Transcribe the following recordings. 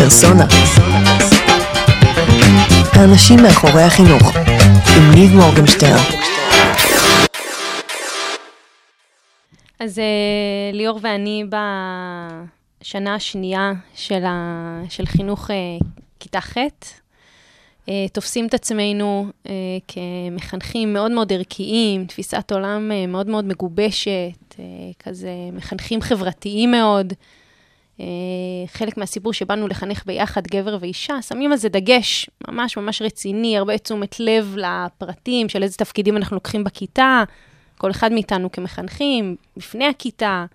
פרסונה. האנשים מאחורי החינוך, עם ניב מורגנשטרן. אז ליאור ואני בשנה השנייה של חינוך כיתה ח', תופסים את עצמנו כמחנכים מאוד מאוד ערכיים, תפיסת עולם מאוד מאוד מגובשת, כזה מחנכים חברתיים מאוד. חלק מהסיפור שבאנו לחנך ביחד גבר ואישה, שמים על זה דגש ממש ממש רציני, הרבה תשומת לב לפרטים של איזה תפקידים אנחנו לוקחים בכיתה, כל אחד מאיתנו כמחנכים, בפני הכיתה.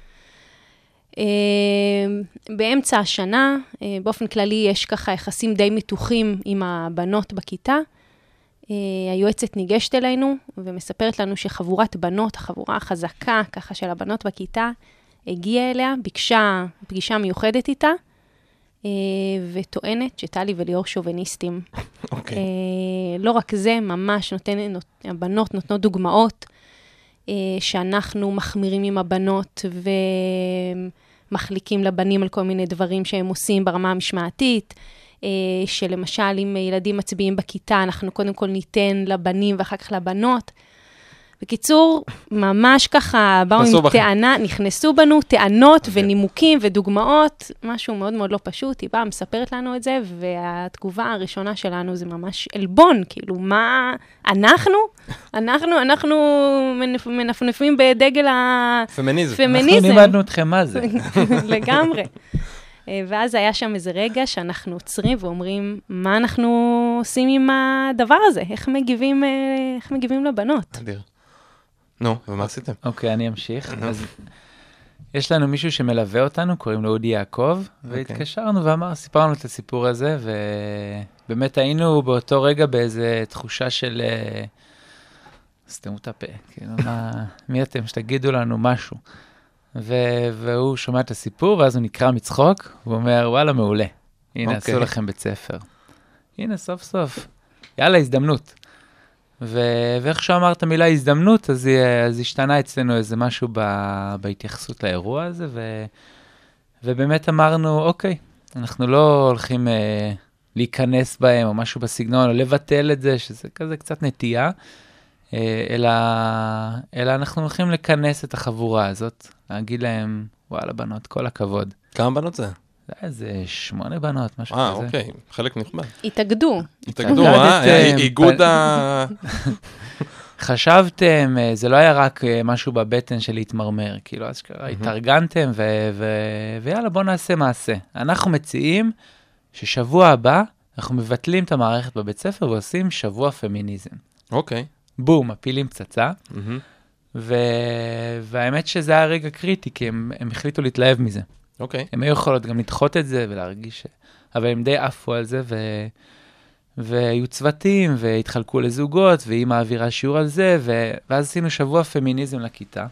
באמצע השנה, באופן כללי יש ככה יחסים די מתוחים עם הבנות בכיתה. היועצת ניגשת אלינו ומספרת לנו שחבורת בנות, החבורה החזקה ככה של הבנות בכיתה, הגיעה אליה, ביקשה פגישה מיוחדת איתה, וטוענת שטלי וליאור שוביניסטים. אוקיי. לא רק זה, ממש הבנות נותנות דוגמאות, שאנחנו מחמירים עם הבנות ומחליקים לבנים על כל מיני דברים שהם עושים ברמה המשמעתית, שלמשל אם ילדים מצביעים בכיתה, אנחנו קודם כל ניתן לבנים ואחר כך לבנות. בקיצור, ממש ככה באו עם טענה, נכנסו בנו טענות ונימוקים ודוגמאות, משהו מאוד מאוד לא פשוט, היא באה, מספרת לנו את זה, והתגובה הראשונה שלנו זה ממש אלבון, כאילו, מה, אנחנו מנפנפים בדגל הפמיניזם. אנחנו לימדנו אתכם מה זה. לגמרי. ואז היה שם איזה רגע שאנחנו עוצרים ואומרים, מה אנחנו עושים עם הדבר הזה? איך מגיבים לבנות? אדיר. נו, ומה עשיתם? אוקיי, אני אמשיך. אז יש לנו מישהו שמלווה אותנו, קוראים לו אודי יעקב, והתקשרנו סיפרנו את הסיפור הזה, ובאמת היינו באותו רגע באיזה תחושה של סתמו את הפה, כאילו, מי אתם שתגידו לנו משהו. והוא שומע את הסיפור, ואז הוא נקרא מצחוק, והוא אומר, וואלה, מעולה. הנה, עשו לכם בית ספר. הנה, סוף סוף. יאללה, הזדמנות. ואיך שאמרת מילה הזדמנות, אז השתנה אצלנו איזה משהו בהתייחסות לאירוע הזה, ובאמת אמרנו, אוקיי, אנחנו לא הולכים להיכנס בהם, או משהו בסגנון, או לבטל את זה, שזה כזה קצת נטייה, אלא אנחנו הולכים לכנס את החבורה הזאת, להגיד להם, וואלה בנות, כל הכבוד. כמה בנות זה? זה היה איזה 8 בנות, משהו כזה. אוקיי, חלק נכבד. התאגדו, איגוד חשבתם, זה לא היה רק משהו בבטן של להתמרמר, כאילו, אז התארגנתם, ויאללה, בוא נעשה מעשה. אנחנו מציעים ששבוע הבא, אנחנו מבטלים את המערכת בבית ספר, ועושים שבוע פמיניזם. אוקיי. בום, מפילים פצצה, והאמת שזה היה רגע קריטי, כי הם החליטו להתלהב מזה. אוקיי. הם היו יכולות גם לדחות את זה ולהרגיש, אבל הם די עפו על זה, והיו צוותים, והתחלקו לזוגות, והיא מעבירה שיעור על זה, ואז עשינו שבוע פמיניזם לכיתה.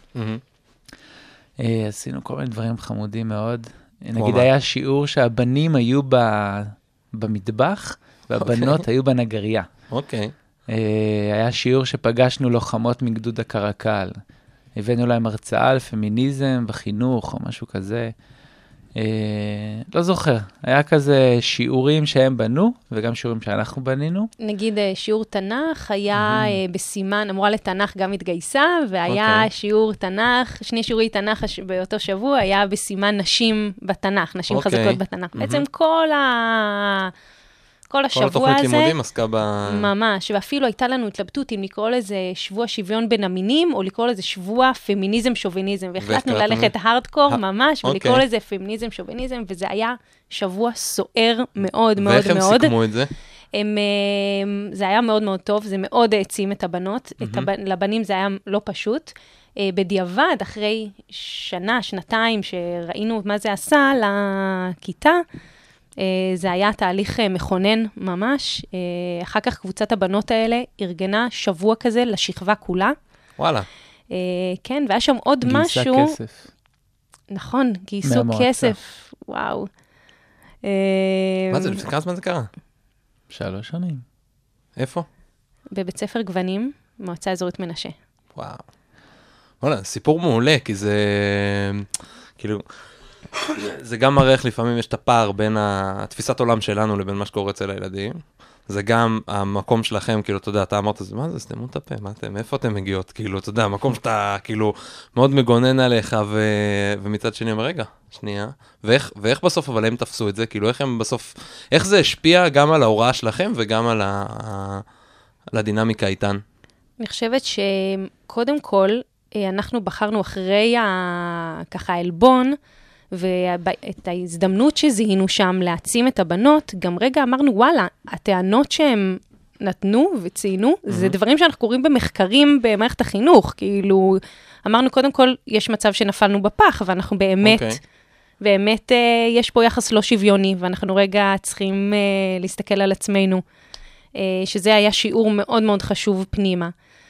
עשינו כל מיני דברים חמודים מאוד. נגיד היה שיעור שהבנים היו במטבח, והבנות היו בנגריה. אוקיי. היה שיעור שפגשנו לוחמות מגדוד הקרקל. הבאנו להם הרצאה על פמיניזם בחינוך או משהו כזה. לא זוכר. היה כזה שיעורים שהם בנו, וגם שיעורים שאנחנו בנינו. נגיד שיעור תנ"ך היה בסימן, המורה לתנ"ך גם התגייסה, והיה שיעור תנ"ך, 2 שיעורי תנ"ך באותו שבוע, היה בסימן נשים בתנ"ך, נשים חזקות בתנ"ך. בעצם כל השבוע הזה, כל התוכנית לימודים עסקה ממש, ואפילו הייתה לנו התלבטות אם לקרוא לזה שבוע שוויון בין המינים, או לקרוא לזה שבוע פמיניזם שוביניזם, והחלטנו ללכת הארדקור ממש, ולקרוא לזה פמיניזם שוביניזם, וזה היה שבוע סוער מאוד מאוד מאוד. ואיך הם סיכמו את זה? זה היה מאוד מאוד טוב, זה מאוד העצים את הבנות, לבנים זה היה לא פשוט. בדיעבד, אחרי שנה, שנתיים, שראינו מה זה עשה לכיתה, זה היה תהליך מכונן ממש. אחר כך קבוצת הבנות האלה ארגנה שבוע כזה לשכבה כולה. וואלה. כן, והיה שם עוד משהו. גייסה כסף. נכון, גייסו כסף. וואו. מה זה? לפני כמה זמן זה קרה? 3 שנים. איפה? בבית ספר גוונים, מועצה אזורית מנשה. וואו. וואלה, סיפור מעולה, כי זה, כאילו, זה גם מראה איך לפעמים יש את הפער בין התפיסת עולם שלנו לבין מה שקורה אצל הילדים. זה גם המקום שלכם, כאילו, אתה יודע, אתה אמרת, מה זה, סתמו את הפה, מה אתם, איפה אתם מגיעות? כאילו, אתה יודע, המקום שאתה, כאילו, מאוד מגונן עליך, ומצד שני אומר, רגע, שנייה, ואיך בסוף, אבל הם תפסו את זה? כאילו, איך הם בסוף, איך זה השפיע גם על ההוראה שלכם, וגם על הדינמיקה איתן? אני חושבת שקודם כל, אנחנו בחרנו אחרי ככה העלבון, ואת ההזדמנות שזיהינו שם להעצים את הבנות, גם רגע אמרנו, וואלה, הטענות שהם נתנו וציינו, זה דברים שאנחנו קוראים במחקרים במערכת החינוך, כאילו, אמרנו קודם כל, יש מצב שנפלנו בפח, ואנחנו באמת יש פה יחס לא שוויוני, ואנחנו רגע צריכים להסתכל על עצמנו, שזה היה שיעור מאוד מאוד חשוב פנימה.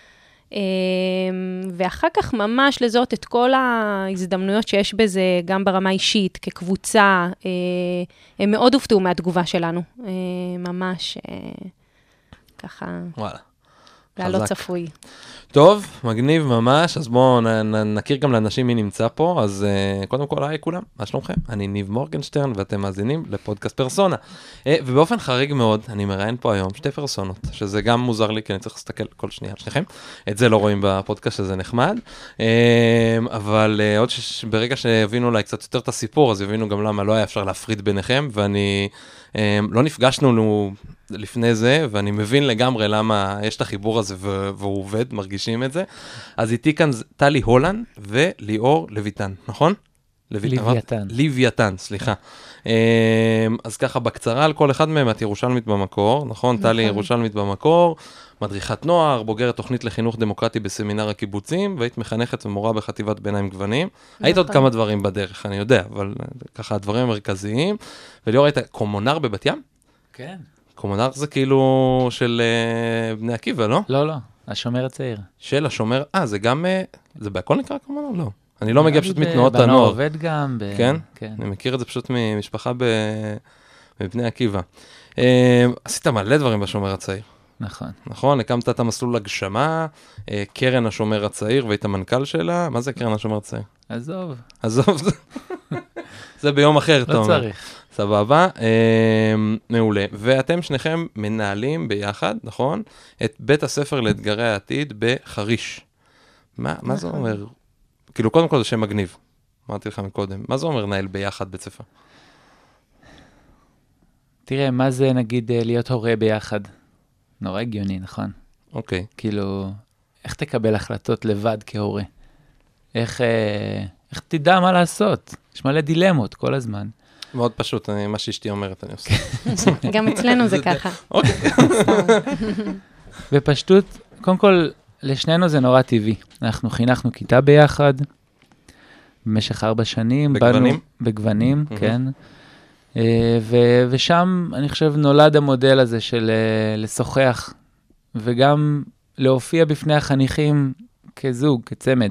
ואחר כך ממש לזאת את כל ההזדמנויות שיש בזה, גם ברמה אישית, כקבוצה, הם מאוד הופתעו מהתגובה שלנו, ממש ככה, וואלה. זה לא צפוי. טוב, מגניב ממש, אז בואו נכיר גם לאנשים מי נמצא פה, אז קודם כל, היי כולם, מה שלומכם? אני ניב מורגנשטרן, ואתם מאזינים לפודקאסט פרסונה. ובאופן חריג מאוד, אני מראיין פה היום שתי פרסונות, שזה גם מוזר לי, כי אני צריך להסתכל כל שנייה על שניכם, את זה לא רואים בפודקאסט, שזה נחמד, אבל עוד ברגע שהבינו אולי קצת יותר את הסיפור, אז הבינו גם למה לא היה אפשר להפריד ביניכם, ואני לא נפגשנו לפני זה, ואני מבין לגמרי למה יש את החיבור הזה והוא עובד, מרגישים את זה. אז איתי כאן טלי הולנד וליאור לויטן, נכון? לויטן, סליחה. אז ככה בקצרה על כל אחד מהם, את ירושלמית במקור, נכון? טלי ירושלמית במקור, מדריכת נוער, בוגרת תוכנית לחינוך דמוקרטי בסמינר הקיבוצים, והיית מחנכת ומורה בחטיבת ביניים גוונים. היית עוד כמה דברים בדרך, אני יודע, אבל ככה הדברים המרכזיים. וליאור, היית קומונר בבת ים? כן. קומונר זה כאילו של בני עקיבא, לא? לא, לא, השומר הצעיר. של השומר, זה גם, זה בהכל נקרא קומונר? לא. אני לא מגיע פשוט מתנועות הנוער. בנוער עובד גם. כן? אני מכיר את זה פשוט ממשפחה בבני עקיבא. עשית מלא דברים בשומר הצעיר. נכון. נכון, הקמת את המסלול הגשמה, קרן השומר הצעיר, והיית המנכ"ל שלה. מה זה קרן השומר הצעיר? עזוב. זה ביום אחר, אתה אומר. לא צריך. סבבה, מעולה. ואתם שניכם מנהלים ביחד, נכון? את בית הספר לאתגרי העתיד בחריש. מה זה אומר? כאילו, קודם כל זה שם מגניב. אמרתי לך מקודם. מה זה אומר נהל ביחד בית ספר? תראה, מה זה נגיד להיות הורה ביחד? נורא הגיוני, נכון? אוקיי. כאילו, איך תקבל החלטות לבד כהורה? איך תדע מה לעשות? יש מלא דילמות כל הזמן. מאוד פשוט, מה שאשתי אומרת, אני עושה. גם אצלנו זה ככה. אוקיי. בפשטות, קודם כל, לשנינו זה נורא טבעי. אנחנו חינכנו כיתה ביחד, במשך 4 שנים. בגוונים? בגוונים, כן. ושם, אני חושב, נולד המודל הזה של לשוחח, וגם להופיע בפני החניכים כזוג, כצמד.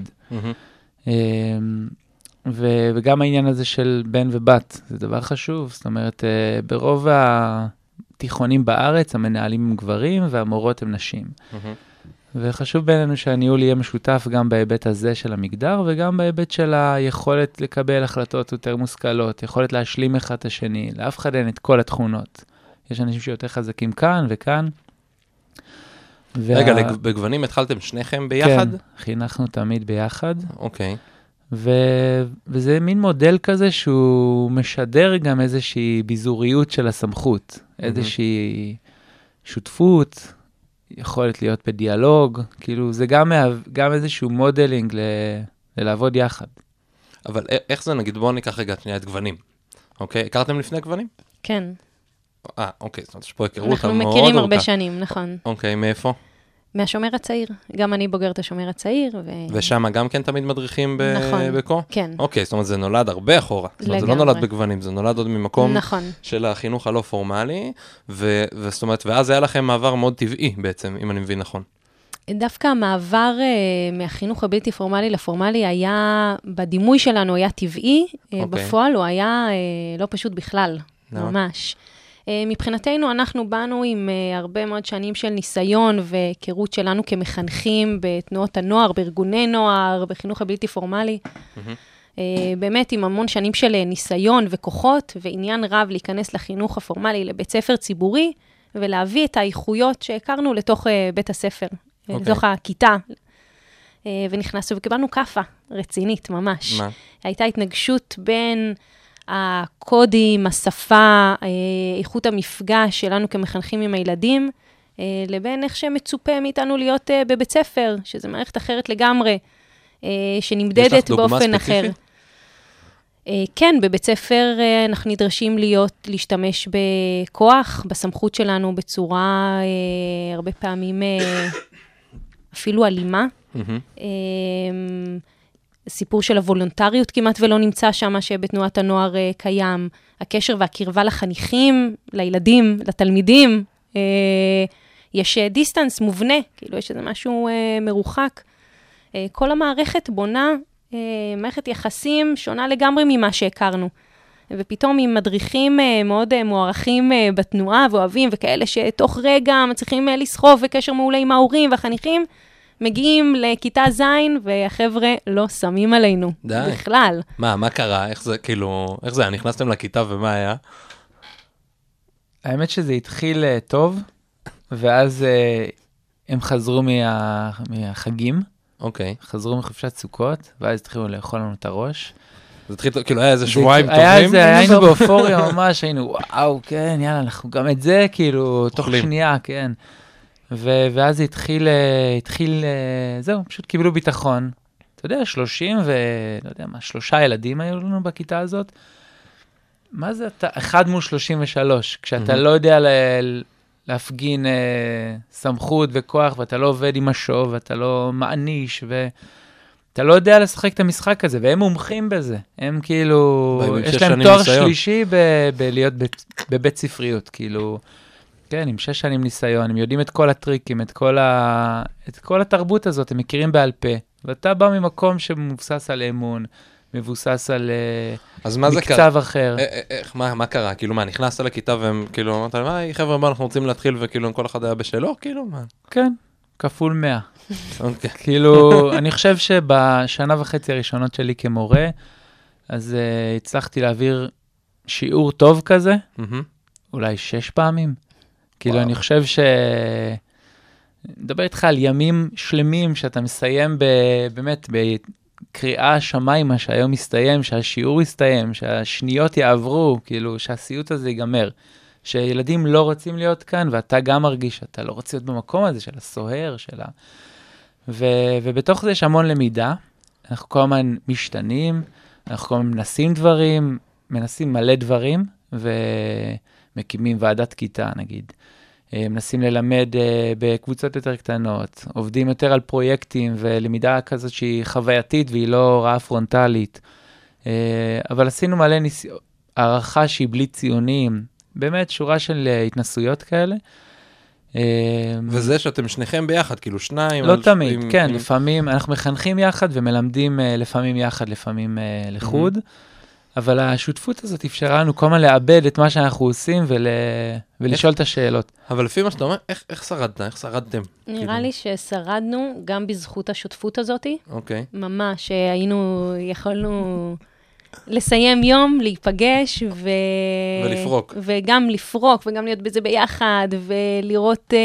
וגם העניין הזה של בן ובת, זה דבר חשוב. זאת אומרת, ברוב התיכונים בארץ, המנהלים הם גברים והמורות הם נשים. וחשוב בינינו שהניהול יהיה משותף גם בהיבט הזה של המגדר, וגם בהיבט של היכולת לקבל החלטות יותר מושכלות, יכולת להשלים אחד את השני, לאף אחד אין את כל התכונות. יש אנשים שיותר חזקים כאן וכאן. רגע, בגוונים התחלתם שניכם ביחד? כן, חינכנו תמיד ביחד. אוקיי. וזה מין מודל כזה שהוא משדר גם איזושהי ביזוריות של הסמכות, איזושהי שותפות, יכולת להיות בדיאלוג, כאילו זה גם איזשהו מודלינג לעבוד יחד. אבל איך זה, נגיד, בואו ניקח רגע את גוונים, אוקיי? הכרתם לפני גוונים? כן. אוקיי, זאת אומרת, יש פה היכרות מאוד אנחנו מכירים הרבה שנים, נכון. אוקיי, מאיפה? מהשומר הצעיר. גם אני בוגרת השומר הצעיר. ושם גם כן תמיד מדריכים בקו? כן. אוקיי, זאת אומרת, זה נולד הרבה אחורה. זאת אומרת, זה לא נולד בגוונים, זה נולד עוד ממקום של החינוך הלא פורמלי, וזאת אומרת, ואז היה לכם מעבר מאוד טבעי בעצם, אם אני מבין נכון. דווקא המעבר מהחינוך הבלתי פורמלי לפורמלי היה, בדימוי שלנו היה טבעי, בפועל הוא היה לא פשוט בכלל, ממש. מבחינתנו אנחנו באנו עם הרבה מאוד שנים של ניסיון והיכרות שלנו כמחנכים בתנועות הנוער, בארגוני נוער, בחינוך הבלתי פורמלי. באמת עם המון שנים של ניסיון וכוחות, ועניין רב להיכנס לחינוך הפורמלי לבית ספר ציבורי, ולהביא את האיכויות שהכרנו לתוך בית הספר, לתוך הכיתה. ונכנסנו וקיבלנו קפה רצינית ממש. מה? הייתה התנגשות בין הקודים, השפה, איכות המפגש שלנו כמחנכים עם הילדים, לבין איך שמצופה מאיתנו להיות בבית ספר, שזה מערכת אחרת לגמרי, שנמדדת באופן אחר. יש לך דוגמה ספציפית? כן, בבית ספר אנחנו נדרשים להשתמש בכוח, בסמכות שלנו בצורה הרבה פעמים אפילו אלימה. סיפור של הוולונטריות כמעט ולא נמצא שם, שבתנועת הנוער קיים. הקשר והקרבה לחניכים, לילדים, לתלמידים, יש דיסטנס מובנה, כאילו יש איזה משהו מרוחק. כל המערכת בונה מערכת יחסים שונה לגמרי ממה שהכרנו. ופתאום עם מדריכים מאוד מוערכים בתנועה ואוהבים, וכאלה שתוך רגע מצליחים לסחוב וקשר מעולה עם ההורים והחניכים, מגיעים לכיתה זין, והחבר'ה לא שמים עלינו. די. בכלל. מה קרה? איך זה, כאילו, איך זה היה? נכנסתם לכיתה ומה היה? האמת שזה התחיל טוב, ואז הם חזרו מהחגים. אוקיי. חזרו מחופשת סוכות, ואז התחילו לאכול לנו את הראש. זה התחיל, כאילו, היה איזה שבועיים טובים? היינו באופוריה ממש, היינו, וואו, כן, יאללה, אנחנו גם את זה, כאילו, תוך שנייה, כן. ואז התחיל, זהו, פשוט קיבלו ביטחון. אתה יודע, 30 לא יודע מה, 3 ילדים היו לנו בכיתה הזאת. מה זה אתה? 1 מול 33, כשאתה לא יודע להפגין סמכות וכוח, ואתה לא עובד עם השוב, ואתה לא מעניש, ואתה לא יודע לשחק את המשחק הזה, והם מומחים בזה. הם כאילו, יש להם תואר שלישי בלהיות בבית ספריות, כאילו, כן, עם 6 שנים ניסיון, הם יודעים את כל הטריקים, את כל התרבות הזאת, הם מכירים בעל פה, ואתה בא ממקום שמבוסס על אמון, מבוסס על מקצב אחר. מה קרה? כאילו מה, נכנסת לכיתה והם כאילו, אתה אומר, חבר'ה, בוא, אנחנו רוצים להתחיל, וכאילו כל אחד היה בשלו, כאילו מה? כן, כפול 100. כאילו, אני חושב שבשנה וחצי הראשונות שלי כמורה, אז הצלחתי להעביר שיעור טוב כזה, אולי 6 פעמים. כאילו, אני חושב נדבר איתך על ימים שלמים שאתה מסיים באמת בקריאה שמיימה שהיום מסתיים, שהשיעור יסתיים, שהשניות יעברו, כאילו שהסיוט הזה ייגמר. שילדים לא רוצים להיות כאן, ואתה גם מרגיש שאתה לא רוצה להיות במקום הזה של הסוהר, ובתוך זה יש המון למידה. אנחנו כל הזמן משתנים, אנחנו כל הזמן מנסים דברים, מנסים מלא דברים, ומקימים ועדת כיתה נגיד. מנסים ללמד בקבוצות יותר קטנות, עובדים יותר על פרויקטים ולמידה כזאת שהיא חווייתית והיא לא רעה פרונטלית. אבל עשינו מלא הערכה שהיא בלי ציונים, באמת שורה של התנסויות כאלה. וזה שאתם שניכם ביחד, כאילו 2? לא תמיד, כן, לפעמים אנחנו מחנכים יחד ומלמדים לפעמים יחד, לפעמים לחוד. אבל השותפות הזאת אפשרה לנו כל הזמן לאבד את מה שאנחנו עושים ולשאול את השאלות. אבל לפי מה שאתה אומר, איך שרדת? איך שרדתם? נראה לי ששרדנו גם בזכות השותפות הזאת. אוקיי. ממש, יכולנו לסיים יום, להיפגש ולפרוק. וגם לפרוק, וגם להיות בזה ביחד, ולראות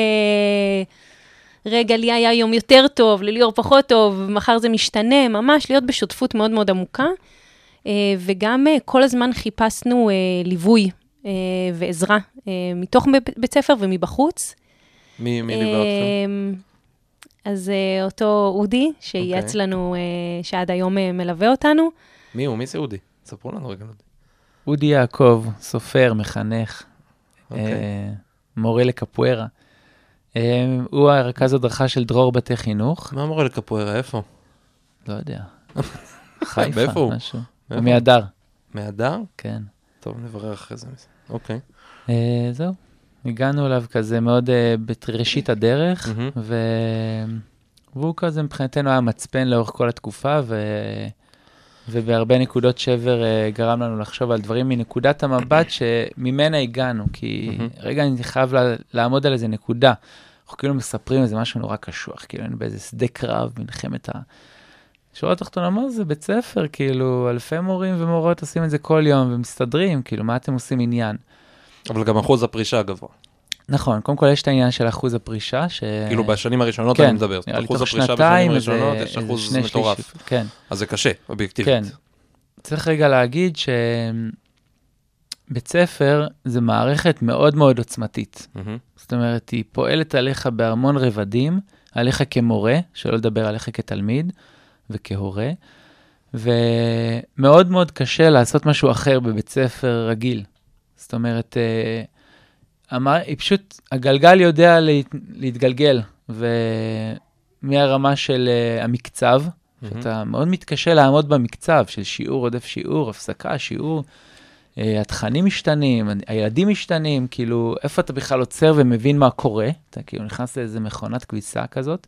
רגע, לי היה יום יותר טוב, לליאור פחות טוב, מחר זה משתנה, ממש להיות בשותפות מאוד מאוד עמוקה. וגם כל הזמן חיפשנו ליווי ועזרה מתוך בית ספר ומבחוץ. מי ליווה אתכם? אז אותו אודי, שייעץ לנו, שעד היום מלווה אותנו. מי הוא? מי זה אודי? ספרו לנו רגע. אודי יעקב, סופר, מחנך, מורה לקפוארה. הוא הרכז הדרכה של דרור בתי חינוך. מה מורה לקפוארה? איפה? לא יודע. חיפה, באיפה הוא? משהו. הוא מהדר. מהדר? כן. טוב, נברר אחרי זה. אוקיי. זהו. הגענו אליו כזה מאוד בראשית הדרך, והוא כזה מבחינתנו היה מצפן לאורך כל התקופה, ובהרבה נקודות שבר גרם לנו לחשוב על דברים מנקודת המבט שממנה הגענו, כי רגע אני חייב לעמוד על איזה נקודה. אנחנו כאילו מספרים איזה משהו נורא קשוח, כאילו היינו באיזה שדה קרב, מלחמת שורה תחתונה, מה זה בית ספר, כאילו, אלפי מורים ומורות עושים את זה כל יום ומסתדרים, כאילו, מה אתם עושים עניין? אבל גם אחוז הפרישה גבוה. נכון, קודם כל יש את העניין של אחוז הפרישה, כאילו בשנים הראשונות כן, אני מדבר, אחוז הפרישה בשנים הראשונות יש אחוז מטורף. כן. אז זה קשה, אובייקטיבית. כן. צריך רגע להגיד שבית ספר זה מערכת מאוד מאוד עוצמתית. זאת אומרת, היא פועלת עליך בהמון רבדים, עליך כמורה, שלא לדבר עליך כתלמיד וכהורה, ומאוד מאוד קשה לעשות משהו אחר בבית ספר רגיל. זאת אומרת, היא פשוט, הגלגל יודע להתגלגל, ומהרמה של המקצב, שאתה מאוד מתקשה לעמוד במקצב, של שיעור, עודף שיעור, הפסקה, שיעור, התכנים משתנים, הילדים משתנים, כאילו, איפה אתה בכלל עוצר ומבין מה קורה, אתה כאילו נכנס לאיזה מכונת כביסה כזאת,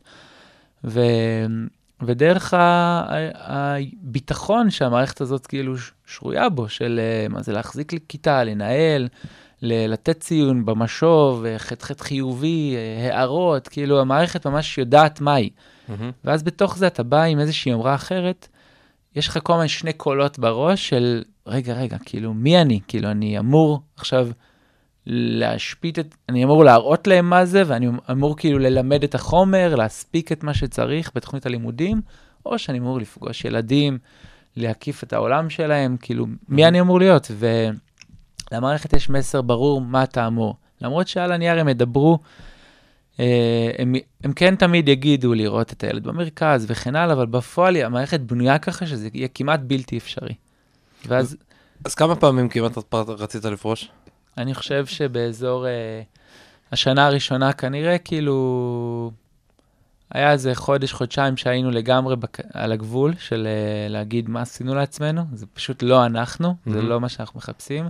ודרך הביטחון שהמערכת הזאת כאילו שרויה בו, של מה זה להחזיק לכיתה, לנהל, לתת ציון במשוב, חתכת חיובי, הערות, כאילו המערכת ממש יודעת מהי. ואז בתוך זה אתה בא עם איזושהי אמרה אחרת, יש לך כל מיני שני קולות בראש של, רגע, כאילו מי אני? כאילו אני אמור עכשיו להשפיט אני אמור להראות להם מה זה, ואני אמור כאילו ללמד את החומר, להספיק את מה שצריך בתוכנית הלימודים, או שאני אמור לפגוש ילדים, להקיף את העולם שלהם, כאילו מי אני אמור להיות? למערכת יש מסר ברור מה אתה אמור. למרות שעל הנייר הם ידברו, הם כן תמיד יגידו לראות את הילד במרכז וכן הלאה, אבל בפועל המערכת בנויה ככה שזה יהיה כמעט בלתי אפשרי. אז כמה פעמים כמעט רצית לפרוש? אני חושב שבאזור השנה הראשונה כנראה כאילו היה איזה חודשיים שהיינו לגמרי על הגבול של להגיד מה עשינו לעצמנו, זה פשוט לא אנחנו, זה לא מה שאנחנו מחפשים.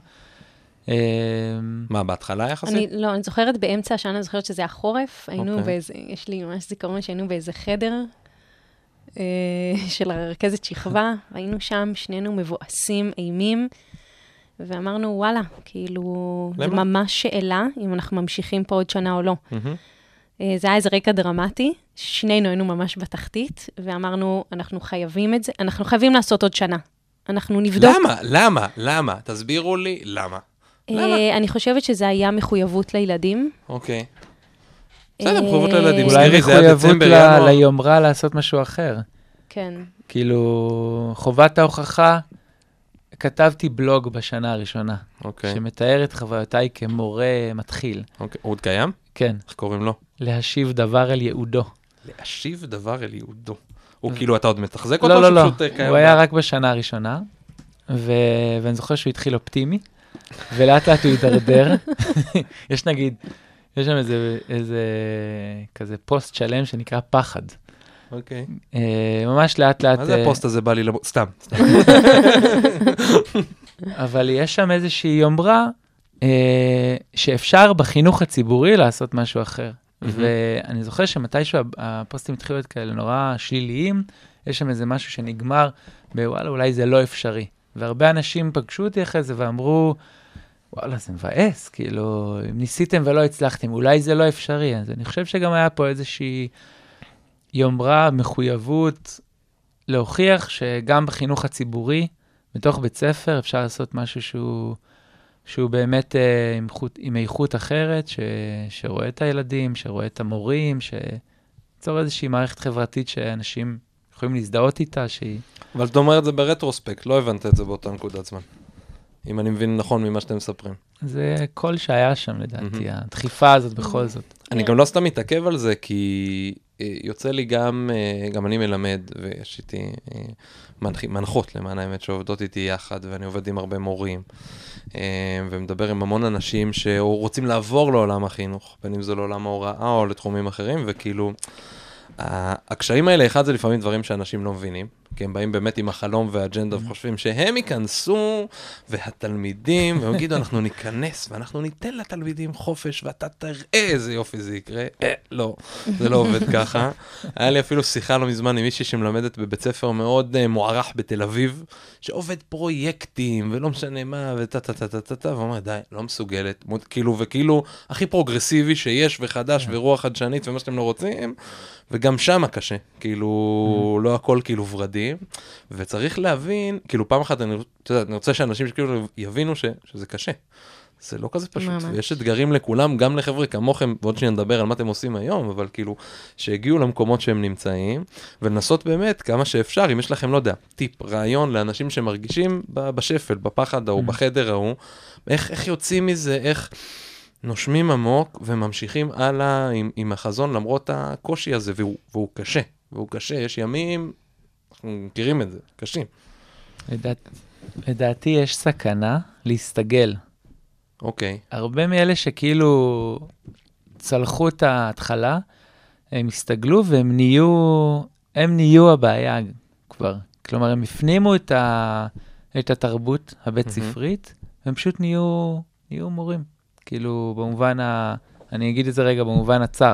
מה, בהתחלה יחסית? אני זוכרת באמצע השנה, אני זוכרת שזה החורף, היינו באיזה, יש לי ממש זיכרון שהיינו באיזה חדר של רכזת שכבה, היינו שם, שנינו מבואסים, אימים, ואמרנו, וואלה, כאילו, זה ממש שאלה, אם אנחנו ממשיכים פה עוד שנה או לא. זה היה איזה רקע דרמטי, שנינו היינו ממש בתחתית, ואמרנו, אנחנו חייבים את זה, אנחנו חייבים לעשות עוד שנה. אנחנו נבדוק. למה? תסבירו לי, למה? אני חושבת שזה היה מחויבות לילדים. אוקיי. בסדר, מחויבות לילדים. אולי מחויבות ליומרה לעשות משהו אחר. כן. כאילו, חובת ההוכחה, כתבתי בלוג בשנה הראשונה, שמתאר את חוויותיי כמורה מתחיל. אוקיי, הוא עוד קיים? כן. איך קוראים לו? להשיב דבר אל ייעודו. להשיב דבר אל ייעודו. הוא כאילו, אתה עוד מתחזק אותו? לא, הוא היה רק בשנה הראשונה, ואני זוכר שהוא התחיל אופטימי, ולאט לאט הוא ידרדר. יש נגיד, יש שם איזה כזה פוסט שלם שנקרא פחד. אוקיי. ממש לאט לאט. מה זה הפוסט הזה בא לי למות? סתם. אבל יש שם איזושהי יומרה, שאפשר בחינוך הציבורי לעשות משהו אחר. ואני זוכר שמתישהו הפוסטים התחילו להיות כאלה נורא שליליים, יש שם איזה משהו שנגמר, בוואלה, אולי זה לא אפשרי. והרבה אנשים פגשו אותי אחרי זה ואמרו, וואלה, זה מבאס, כאילו, אם ניסיתם ולא הצלחתם, אולי זה לא אפשרי. אז אני חושב שגם היה פה איזושהי יומרה, מחויבות, להוכיח שגם בחינוך הציבורי, בתוך בית ספר, אפשר לעשות משהו שהוא באמת עם איכות אחרת, שרואה את הילדים, שרואה את המורים, שצור איזושהי מערכת חברתית שאנשים יכולים להזדהות איתה, שהיא... אבל אתה אומר את זה ברטרוספקט, לא הבנת את זה באותה נקודת זמן. אם אני מבין נכון ממה שאתם מספרים. זה כל שהיה שם לדעתי, הדחיפה הזאת בכל זאת. אני גם לא סתם מתעכב על זה, כי יוצא לי גם אני מלמד, ויש איתי מנחות למען האמת שעובדות איתי יחד, ואני עובד עם הרבה מורים, ומדבר עם המון אנשים שרוצים לעבור לעולם החינוך, בין אם זה לעולם ההוראה או לתחומים אחרים, וכאילו, הקשיים האלה, אחד זה לפעמים דברים שאנשים לא מבינים, כי הם באים באמת עם החלום והאג'נדה וחושבים שהם ייכנסו, והתלמידים, והם יגידו, אנחנו ניכנס, ואנחנו ניתן לתלמידים חופש, ואתה תראה איזה יופי זה יקרה. לא, זה לא עובד ככה. היה לי אפילו שיחה לא מזמן עם מישהי שמלמדת בבית ספר מאוד מוערך בתל אביב, שעובד פרויקטים, ולא משנה מה, ואומר, די, לא מסוגלת, וכאילו, הכי פרוגרסיבי שיש, וחדש, ורוח חדשנית, ומה שאתם לא רוצים, וגם שם קשה, כאילו, לא הכל כאילו ורדים. מדהים, וצריך להבין, כאילו פעם אחת אני רוצה שאנשים שכאילו יבינו שזה קשה. זה לא כזה פשוט, ויש אתגרים לכולם, גם לחבר'ה כמוכם, ועוד שניה נדבר על מה אתם עושים היום, אבל כאילו, שהגיעו למקומות שהם נמצאים, ולנסות באמת כמה שאפשר, אם יש לכם, לא יודע, טיפ, רעיון לאנשים שמרגישים בשפל, בפחד ההוא, בחדר ההוא, איך יוצאים מזה, איך נושמים עמוק, וממשיכים הלאה עם החזון, למרות הקושי הזה, והוא קשה, יש ימים, אנחנו מכירים את זה, קשים. לדעתי יש סכנה להסתגל. אוקיי. הרבה מאלה שכאילו צלחו את ההתחלה, הם הסתגלו והם נהיו הבעיה כבר. כלומר, הם הפנימו את התרבות הבית ספרית, והם פשוט נהיו מורים. כאילו, במובן אני אגיד את זה רגע, במובן הצר.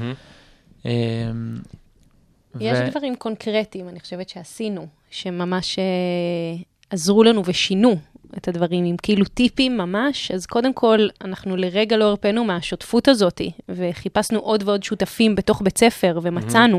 יש דברים קונקרטיים, אני חושבת שעשינו, שממש עזרו לנו ושינו את הדברים, עם כאילו טיפים ממש, אז קודם כל, אנחנו לרגע לא הרפאנו מהשותפות הזאת, וחיפשנו עוד ועוד שותפים בתוך בית ספר, ומצאנו,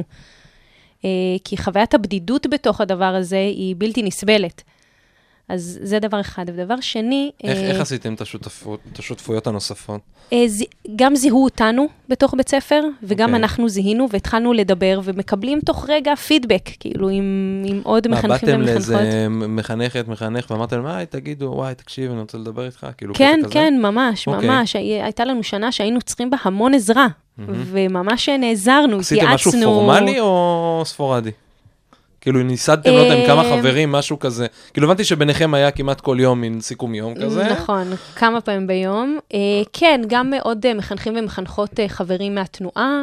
כי חוויית הבדידות בתוך הדבר הזה היא בלתי נסבלת. אז זה דבר אחד. ודבר שני... איך עשיתם את השותפויות הנוספות? גם זיהו אותנו בתוך בית ספר, וגם אנחנו זיהינו, והתחלנו לדבר, ומקבלים תוך רגע פידבק, כאילו עם עוד מחנכים ומחנכות. באתם לאיזה מחנך, ואמרתם, תגידו, וואי, תקשיב, אני רוצה לדבר איתך, כאילו כן, כן, ממש, ממש. הייתה לנו שנה שהיינו צריכים בה המון עזרה, וממש נעזרנו, עשיתם משהו פורמלי או ספורדי? כאילו ניסדתם, לא יודע, עם כמה חברים, משהו כזה. כאילו הבנתי שביניכם היה כמעט כל יום מין סיכום יום כזה. נכון, כמה פעמים ביום. כן, גם עוד מחנכים ומחנכות חברים מהתנועה,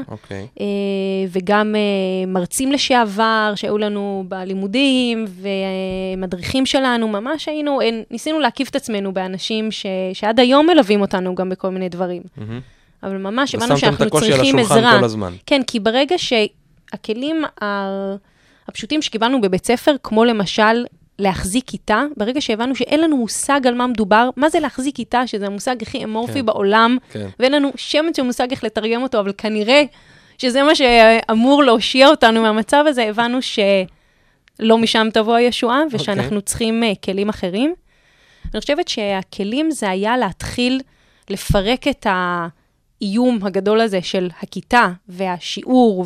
וגם מרצים לשעבר שהיו לנו בלימודים, ומדריכים שלנו, ממש ניסינו להקיף את עצמנו באנשים שעד היום מלווים אותנו גם בכל מיני דברים. אבל ממש הבנו שאנחנו צריכים עזרה. כן, כי ברגע שהכלים הפשוטים שקיבלנו בבית ספר, כמו למשל להחזיק כיתה, ברגע שהבנו שאין לנו מושג על מה מדובר, מה זה להחזיק כיתה, שזה המושג הכי אמורפי בעולם, ואין לנו שמץ של מושג איך לתרגם אותו, אבל כנראה שזה מה שאמור להושיע אותנו מהמצב הזה, הבנו שלא משם תבוא הישועה, ושאנחנו צריכים כלים אחרים. אני חושבת שהכלים זה היה להתחיל לפרק את האיום הגדול הזה של הכיתה, והשיעור,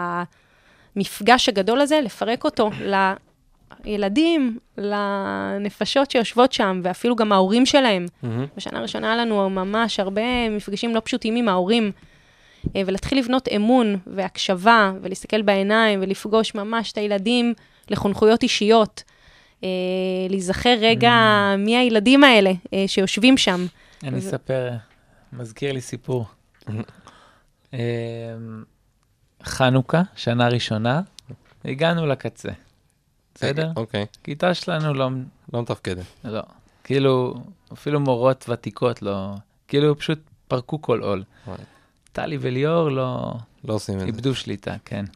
מפגש הגדול הזה, לפרק אותו לילדים, לנפשות שיושבות שם, ואפילו גם ההורים שלהם. בשנה הראשונה היה לנו ממש הרבה מפגשים לא פשוטים עם ההורים, ולהתחיל לבנות אמון והקשבה, ולהסתכל בעיניים, ולפגוש ממש את הילדים לחונכויות אישיות, להיזכר רגע מי הילדים האלה שיושבים שם. אני אספר, מזכיר לי סיפור. חנוכה, שנה ראשונה, הגענו לקצה. בסדר? אוקיי. כיתה שלנו לא מתפקדת. לא. כאילו, אפילו מורות ותיקות לא, כאילו פשוט פרקו כל עול. טלי וליאור לא עושים את זה. איבדו שליטה, כן.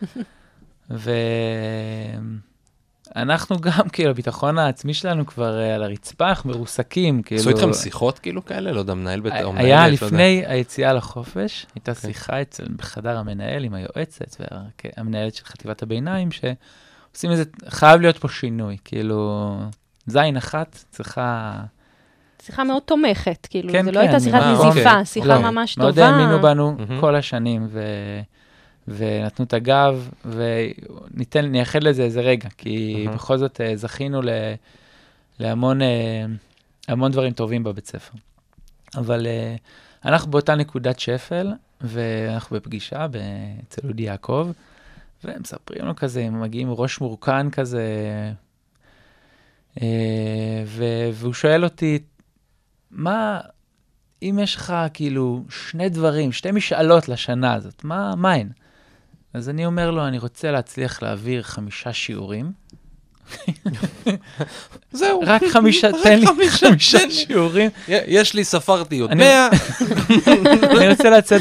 ואנחנו גם, כאילו, הביטחון העצמי שלנו כבר על הרצפה, אנחנו מרוסקים, כאילו... עשו איתכם שיחות כאילו כאלה? לא יודע, מנהל בית... היה לפני היציאה לחופש, הייתה שיחה בחדר המנהל עם היועצת והמנהלת של חטיבת הביניים, שעושים איזה, חייב להיות פה שינוי, כאילו, זין אחת צריכה... שיחה מאוד תומכת, כאילו, זה לא הייתה שיחת נזיפה, שיחה ממש טובה. מאוד האמינו בנו כל השנים, ונתנו את הגב, ונייחד לזה איזה רגע, כי בכל זאת זכינו להמון דברים טובים בבית ספר. אבל אנחנו באותה נקודת שפל, ואנחנו בפגישה אצל אודי יעקב, והם מספרים לו כזה, הם מגיעים ראש מורכן כזה, והוא שואל אותי, מה, אם יש לך כאילו שתי משאלות לשנה הזאת, מה הן? אז אני אומר לו, אני רוצה להצליח להעביר 5 שיעורים. זהו. רק 5, תן לי 5 שיעורים. יש לי, ספרתי עוד 100. אני רוצה לצאת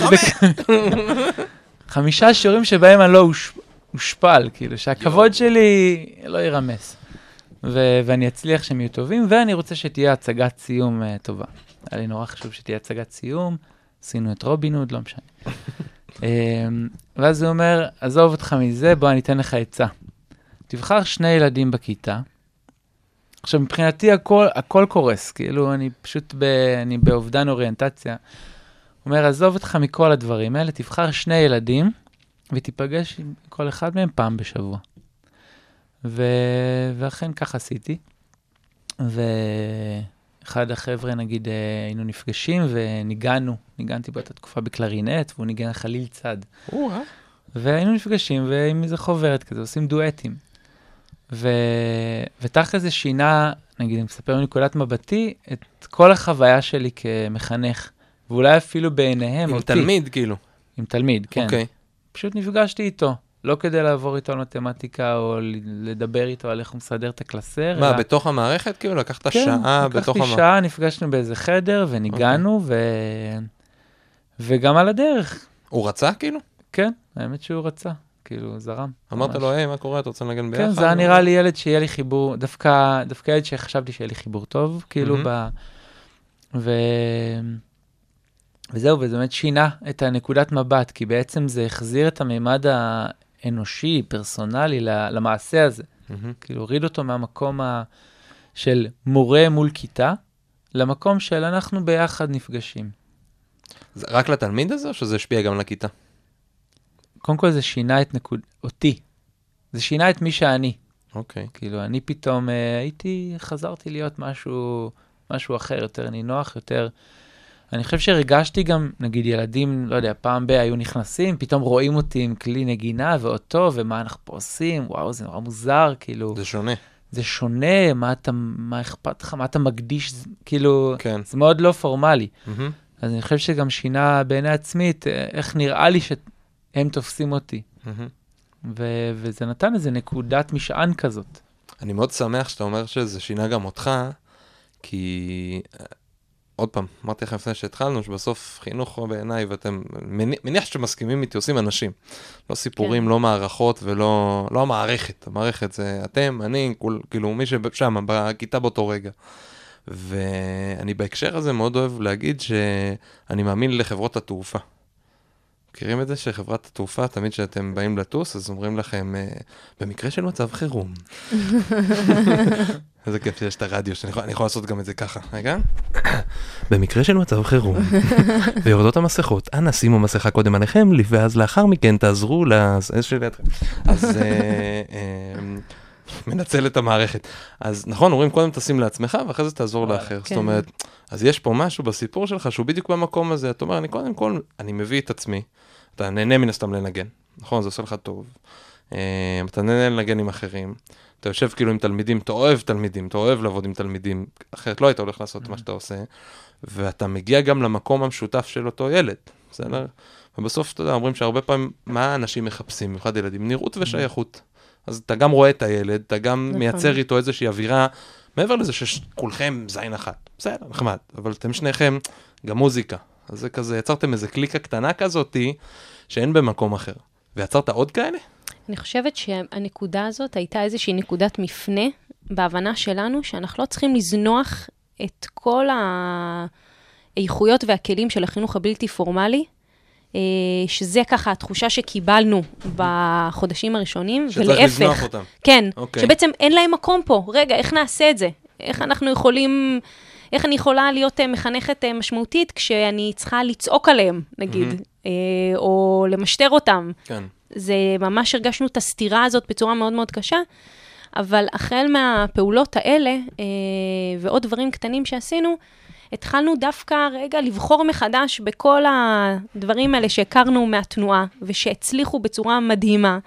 5 שיעורים שבהם אני לא אושפל, כאילו, שהכבוד שלי לא ירמס. ואני אצליח שהם יהיו טובים, ואני רוצה שתהיה הצגת סיום טובה. היה לי נורא חשוב שתהיה הצגת סיום, עשינו את רובין הוד, לא משנה. ואז הוא אומר, עזוב אותך מזה, בוא אני אתן לך עצה. תבחר 2 ילדים בכיתה. עכשיו, מבחינתי הכל קורס, כאילו אני פשוט אני באובדן אוריינטציה. אומר, עזוב אותך מכל הדברים האלה, תבחר 2 ילדים, ותיפגש עם כל אחד מהם פעם בשבוע. ואכן כך עשיתי. ואחד החבר'ה, נגיד, היינו נפגשים וניגנתי באותה תקופה בקלרינט, והוא ניגן חליל צד. והיינו נפגשים, ועם איזה חוברת כזה, עושים דואטים. ותחת זה שינה, נגיד, אני מספר מנקודת מבטי, את כל החוויה שלי כמחנך, ואולי אפילו בעיניהם עם אותי. עם תלמיד, כאילו. עם תלמיד, כן. אוקיי. פשוט נפגשתי איתו. לא כדי לעבור איתו על מתמטיקה, או לדבר איתו על איך הוא מסדר את הקלסר. מה, בתוך המערכת? כאילו, לקחת שעה בתוך לקחתי שעה, נפגשנו באיזה חדר, וניגענו, וגם על הדרך. הוא רצה, כאילו? כן, האמת שהוא רצה. כאילו, זרם. אמרת לו, היי, מה קורה? אתה רוצה לנגן ביחד? כן, זה נראה לי ילד שיהיה לי חיבור, דווקא ילד שחשבתי שיהיה לי חיבור טוב, כאילו, וזהו, וזה באמת שינה את הנקודת מבט, כי בעצם זה החזיר את הממד האנושי, פרסונלי, למעשה הזה. כאילו, הוריד אותו מהמקום של מורה מול כיתה, למקום של אנחנו ביחד נפגשים. זה רק לתלמיד הזה, או שזה השפיע גם לכיתה? קודם כל זה שינה אותי. זה שינה את מי שאני. אוקיי. כאילו, אני פתאום חזרתי להיות משהו אחר, יותר נינוח, יותר... אני חושב שהרגשתי גם, נגיד ילדים, לא יודע, פעם היו נכנסים, פתאום רואים אותי עם כלי נגינה ואותו, ומה אנחנו פה עושים, וואו, זה נורא מוזר, כאילו... זה שונה. זה שונה, מה אכפת לך, מה אתה מקדיש, כאילו, כן. זה מאוד לא פורמלי. אז אני חושב שגם שינה בעיני עצמית, איך נראה לי שהם תופסים אותי. וזה נתן איזה נקודת משען כזאת. אני מאוד שמח שאתה אומר שזה שינה גם אותך, כי... עוד פעם, אמרתי לכם לפני שהתחלנו, שבסוף חינוך בעיניי, ואתם מניח שמסכימים איתי, עושים אנשים. לא סיפורים, כן. לא מערכות ולא המערכת. המערכת זה אתם, אני, כאילו מי ששם, בכיתה באותו רגע. ואני בהקשר הזה מאוד אוהב להגיד שאני מאמין לחברות התעופה. מכירים את זה שחברת התעופה, תמיד שאתם באים לטוס, אז אומרים לכם, במקרה של מצב חירום. איזה כיף שיש את הרדיו, אני יכול לעשות גם את זה ככה, רגע? במקרה של מצב חירום, ויורדות המסכות, אנא שימו מסכה קודם עליכם, ואז לאחר מכן תעזרו אז מנצל את המערכת. אז נכון, אומרים קודם תשים לעצמך, ואחרי זה תעזור לאחר. זאת אומרת, אז יש פה משהו בסיפור שלך, שהוא בדיוק במקום הזה, אתה אומר, אני קודם כל, אני מביא את עצמי, אתה נהנה מן הסתם לנגן, נכון, זה עושה לך טוב, אתה נהנה לנגן עם אחרים, אתה יושב כאילו עם תלמידים, אתה אוהב תלמידים, אתה אוהב לעבוד עם תלמידים, אחרת לא היית הולך לעשות מה שאתה עושה, ואתה מגיע גם למקום המשותף של אותו ילד, בסדר? ובסוף, אתה יודע, אומרים שהרבה פעמים, מה אנשים מחפשים, במיוחד ילדים? נראות ושייכות. אז אתה גם רואה את הילד, אתה גם מייצר איתו איזושהי אווירה, מעבר לזה שכולכם זין אחת, בסדר, נחמד, אבל אתם שניכם גם מוזיקה, אז זה כזה, יצרתם איזה קליקה קטנה כזאתי, שאין במקום אחר, ויצרת עוד כאלה? אני חושבת שהנקודה הזאת הייתה איזושהי נקודת מפנה, בהבנה שלנו, שאנחנו לא צריכים לזנוח את כל האיכויות והכלים של החינוך הבלתי פורמלי, שזה ככה התחושה שקיבלנו בחודשים הראשונים, שצריך לזנוח אותם. כן, שבעצם אין להם מקום פה. רגע, איך נעשה את זה? איך אנחנו יכולים, איך אני יכולה להיות מחנכת משמעותית, כשאני צריכה לצעוק עליהם, נגיד, או למשטר אותם. כן. זה ממש הרגשנו את הסתירה הזאת בצורה מאוד מאוד קשה, אבל החל מהפעולות האלה, ועוד דברים קטנים שעשינו, התחלנו דווקא רגע לבחור מחדש בכל הדברים האלה שהכרנו מהתנועה, ושהצליחו בצורה מדהימה,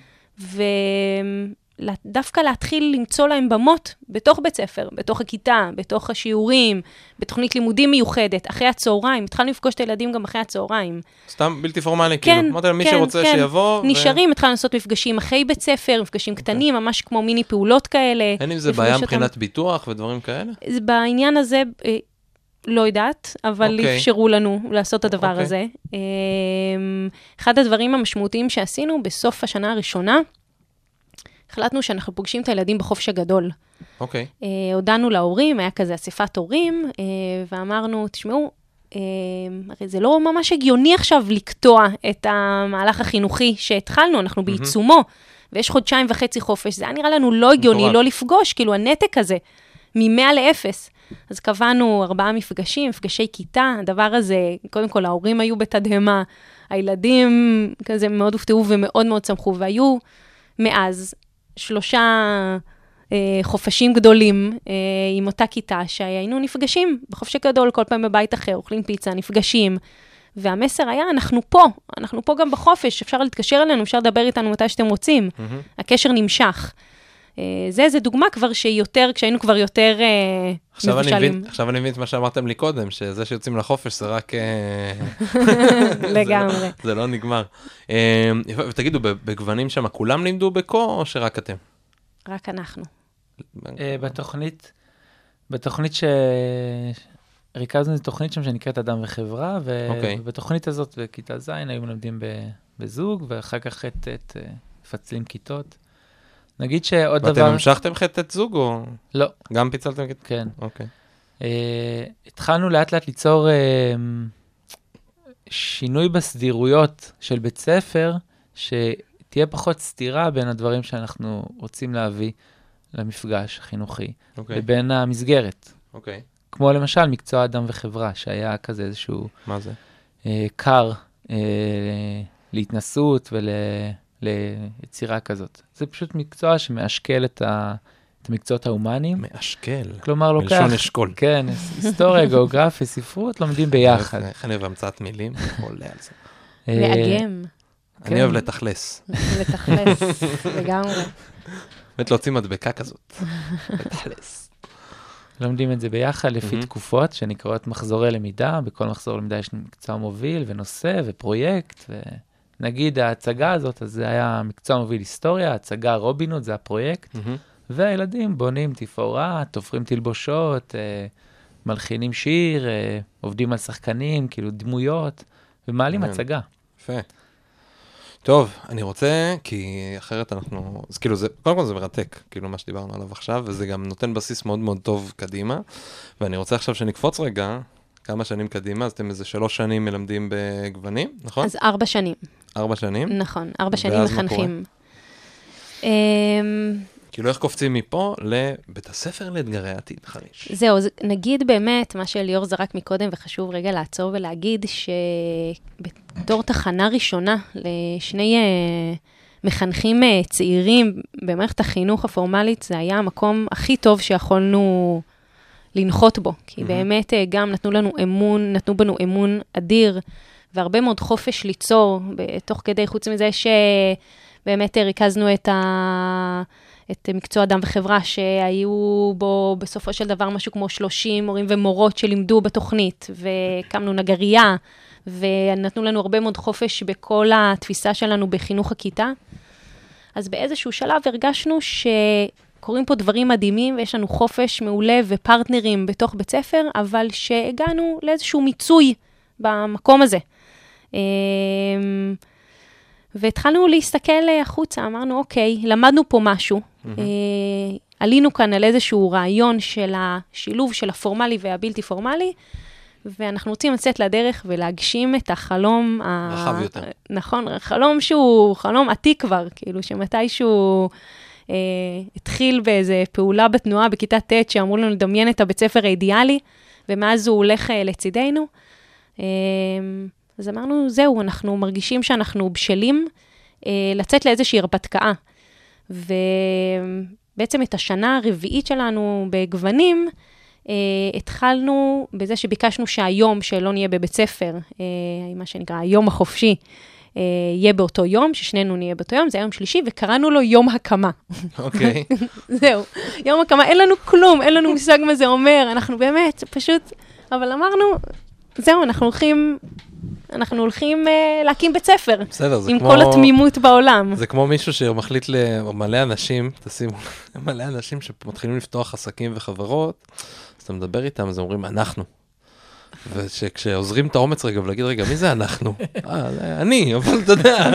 ודווקא להתחיל למצוא להם במות בתוך בית ספר, בתוך הכיתה, בתוך השיעורים, בתוכנית לימודים מיוחדת, אחרי הצהריים, התחלנו לפגוש את הילדים גם אחרי הצהריים. סתם בלתי פורמלי, כאילו, אמרתי למי שרוצה שיבוא. נשארים, התחלנו לעשות מפגשים אחרי בית ספר, מפגשים קטנים, ממש כמו מיני פעולות כאלה. אין אם זה בעיה מבחינת ביטוח ודברים כאלה? בעניין הזה, לא יודעת, אבל אפשרו לנו לעשות את הדבר הזה. אחד הדברים המשמעותיים שעשינו בסוף השנה הראשונה, החלטנו שאנחנו פוגשים את הילדים בחופש הגדול. אוקיי. הודענו להורים, היה כזה אספת הורים, ואמרנו, תשמעו, הרי זה לא ממש הגיוני עכשיו לקטוע את המהלך החינוכי שהתחלנו, אנחנו בעיצומו. ויש 1.5 חודשים חופש, זה היה נראה לנו לא הגיוני, לא לפגוש, כאילו הנתק הזה, מ-100 ל-0. אז קבענו 4 מפגשים, מפגשי כיתה, הדבר הזה, קודם כל ההורים היו בתדהמה, הילדים כזה מאוד הופתעו ומאוד מאוד שמחו, והיו מאז 3 חופשים גדולים עם אותה כיתה, שהיינו נפגשים בחופש גדול, כל פעם בבית אחר, אוכלים פיצה, נפגשים, והמסר היה, אנחנו פה גם בחופש, אפשר להתקשר אלינו, אפשר לדבר איתנו מתי שאתם רוצים, הקשר נמשך. זה דוגמה כבר שיותר, כשהיינו כבר יותר מבושלים. עכשיו אני מבין את מה שאמרתם לי קודם, שזה שיוצאים לחופש זה רק... לגמרי. זה לא נגמר. ותגידו, בגוונים שם כולם לימדו בקו, או שרק אתם? רק אנחנו. בתוכנית ריכזנו את תוכנית שם שנקראת אדם וחברה, ובתוכנית הזאת בכיתה ז' היו מלמדים בזוג, ואחר כך חטט מפצלים כיתות. נגיד שעוד דבר... ואתם המשכתם חטט זוג או... לא. גם פיצלתם כיתות? כן. אוקיי. התחלנו לאט לאט ליצור שינוי בסדירויות של בית ספר, שתהיה פחות סתירה בין הדברים שאנחנו רוצים להביא למפגש החינוכי, לבין המסגרת. אוקיי. כמו למשל מקצוע אדם וחברה, שהיה כזה איזשהו... מה זה? קר להתנסות ליצירה כזאת. זה פשוט מקצוע שמאשקל את המקצועות ההומניים. מאשקל? כלומר, לוקח... מלשון אשכול. כן, היסטוריה, גיאוגרפיה, ספרות, לומדים ביחד. איך אני אוהב המצאת מילים? עולה על זה. לאגם. אני אוהב לתכלס. לתכלס, לגמרי. באמת להוציא מדבקה כזאת. לתכלס. לומדים את זה ביחד לפי תקופות שנקראות מחזורי למידה, בכל מחזור למידה יש מקצוע מוביל ונושא ופרויקט, ונגיד ההצגה הזאת, אז זה היה מקצוע מוביל היסטוריה, הצגה רובינות, זה הפרויקט, והילדים בונים תפאורה, תופרים תלבושות, מלחינים שיר, עובדים על שחקנים, כאילו דמויות, ומעלים הצגה. יפה. טוב, אני רוצה, כי אחרת אנחנו, אז כאילו זה, קודם כל זה מרתק, כאילו מה שדיברנו עליו עכשיו, וזה גם נותן בסיס מאוד מאוד טוב קדימה, ואני רוצה עכשיו שנקפוץ רגע, כמה שנים קדימה, אז אתם איזה 3 שנים מלמדים בגוונים, נכון? אז 4 שנים. 4 שנים? נכון, 4 שנים מחנכים. כאילו איך קופצים מפה לבית הספר לאתגרי העתיד, חריש. זהו, נגיד באמת, מה שליאור זרק מקודם, וחשוב רגע לעצור ולהגיד, שבתור תחנה ראשונה לשני מחנכים צעירים במערכת החינוך הפורמלית, זה היה המקום הכי טוב שיכולנו לנחות בו, כי באמת גם נתנו בנו אמון אדיר, והרבה מאוד חופש ליצור, תוך כדי, חוץ מזה שבאמת ריכזנו את מקצוע אדם וחברה, שהיו בו בסופו של דבר משהו כמו 30 מורים ומורות שלימדו בתוכנית, וקמנו נגרייה, ונתנו לנו הרבה מאוד חופש בכל התפיסה שלנו בחינוך הכיתה. אז באיזשהו שלב הרגשנו שקורים פה דברים מדהימים, ויש לנו חופש מעולה ופרטנרים בתוך בית ספר, אבל שהגענו לאיזשהו מיצוי במקום הזה. והתחלנו להסתכל החוצה, אמרנו, אוקיי, למדנו פה משהו, עלינו כאן על איזשהו רעיון של השילוב של הפורמלי והבלתי פורמלי, ואנחנו רוצים לצאת לדרך ולהגשים את החלום... רחב יותר. נכון, חלום שהוא חלום עתיק כבר, כאילו שמתישהו התחיל באיזה פעולה בתנועה בכיתה ט' שאמרו לנו לדמיין את הבית ספר האידיאלי, ומאז הוא הולך לצידנו. אז אמרנו, זהו, אנחנו מרגישים שאנחנו בשלים לצאת לאיזושהי הרפתקה. ובעצם את השנה הרביעית שלנו בגוונים, התחלנו בזה שביקשנו שהיום שלא נהיה בבית ספר, מה שנקרא היום החופשי, יהיה באותו יום, ששנינו נהיה באותו יום, זה היום שלישי, וקראנו לו יום הקמה. אוקיי. זהו, יום הקמה, אין לנו כלום, אין לנו מושג מה זה אומר, אנחנו באמת פשוט, אבל אמרנו, זהו, אנחנו הולכים להקים בית ספר, בסדר, עם כל התמימות בעולם. זה כמו מישהו שמחליט למלא אנשים, תשימו, מלא אנשים שמתחילים לפתוח עסקים וחברות, אז אתה מדבר איתם, אז אומרים, אנחנו. וכשעוזרים את האומץ רגע ולהגיד, רגע, מי זה אנחנו? אני, אבל אתה יודע.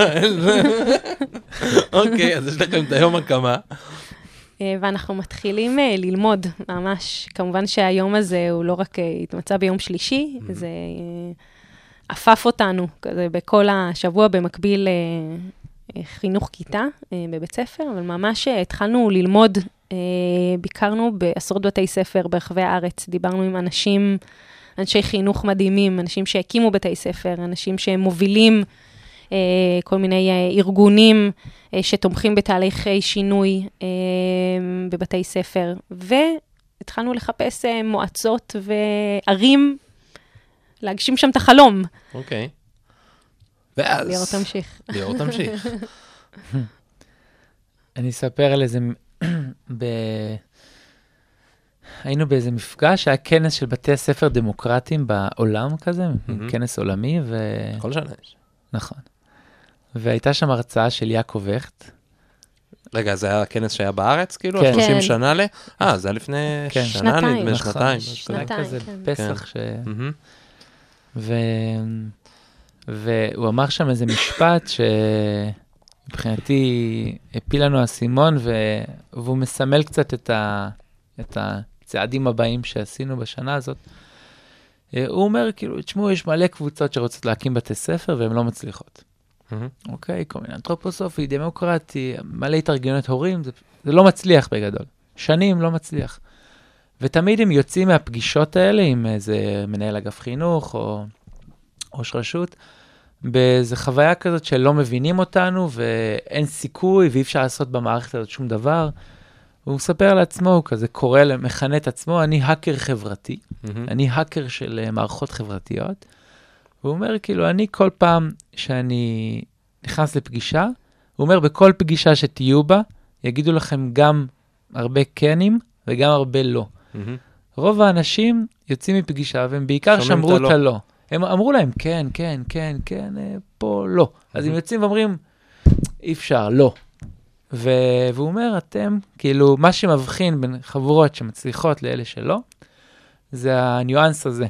אוקיי, אז יש לכם את היום הקמה. ואנחנו מתחילים ללמוד, ממש. כמובן שהיום הזה הוא לא רק התמצא ביום שלישי, זה אפף אותנו, כזה בכל השבוע במקביל חינוך כיתה בבית ספר, אבל ממש התחלנו ללמוד, ביקרנו בעשרות בתי ספר ברחבי הארץ, דיברנו עם אנשי חינוך מדהימים, אנשים שהקימו בתי ספר, אנשים שמובילים כל מיני ארגונים שתומכים בתהליכי שינוי בבתי ספר, והתחלנו לחפש מועצות וערים, להגשים שם את החלום. אוקיי. ואז... ליאור תמשיך. אני אספר על איזה... היינו באיזה מפגש, היה כנס של בתי הספר דמוקרטיים בעולם כזה, כנס עולמי, כל שנה יש. נכון. והייתה שם הרצאה של יעקב הכט. רגע, זה היה כנס שהיה בארץ, כאילו? 30 שנה ל... זה היה לפני שנה, נדמה שנתיים. שנתיים, כזה פסח ש... והוא אמר שם איזה משפט שמבחינתי הפיל לנו הסימון, והוא מסמל קצת את הצעדים הבאים שעשינו בשנה הזאת. הוא אומר, כאילו, תשמעו, יש מלא קבוצות שרוצות להקים בתי ספר, והן לא מצליחות. אוקיי, כל מיני אנתרופוסופי, דמוקרטי, מלא התארגנות הורים, זה לא מצליח בגדול. שנים לא מצליח. ותמיד הם יוצאים מהפגישות האלה עם איזה מנהל אגף חינוך או ראש רשות, באיזו חוויה כזאת שלא מבינים אותנו, ואין סיכוי, ואי אפשר לעשות במערכת הזאת שום דבר. הוא מספר לעצמו, הוא כזה קורא, מכנה את עצמו, אני האקר חברתי, אני האקר של מערכות חברתיות, והוא אומר, כאילו, אני כל פעם שאני נכנס לפגישה, הוא אומר, בכל פגישה שתהיו בה, יגידו לכם גם הרבה כנים וגם הרבה לא. רוב האנשים יוצאים מפגישה, והם בעיקר שמרו את הלא. הם אמרו להם, כן, כן, כן, כן, פה לא. אז הם יוצאים ואומרים, אי אפשר, לא. והוא אומר, אתם, כאילו, מה שמבחין בין חבורות שמצליחות לאלה שלא, זה הניואנס הזה.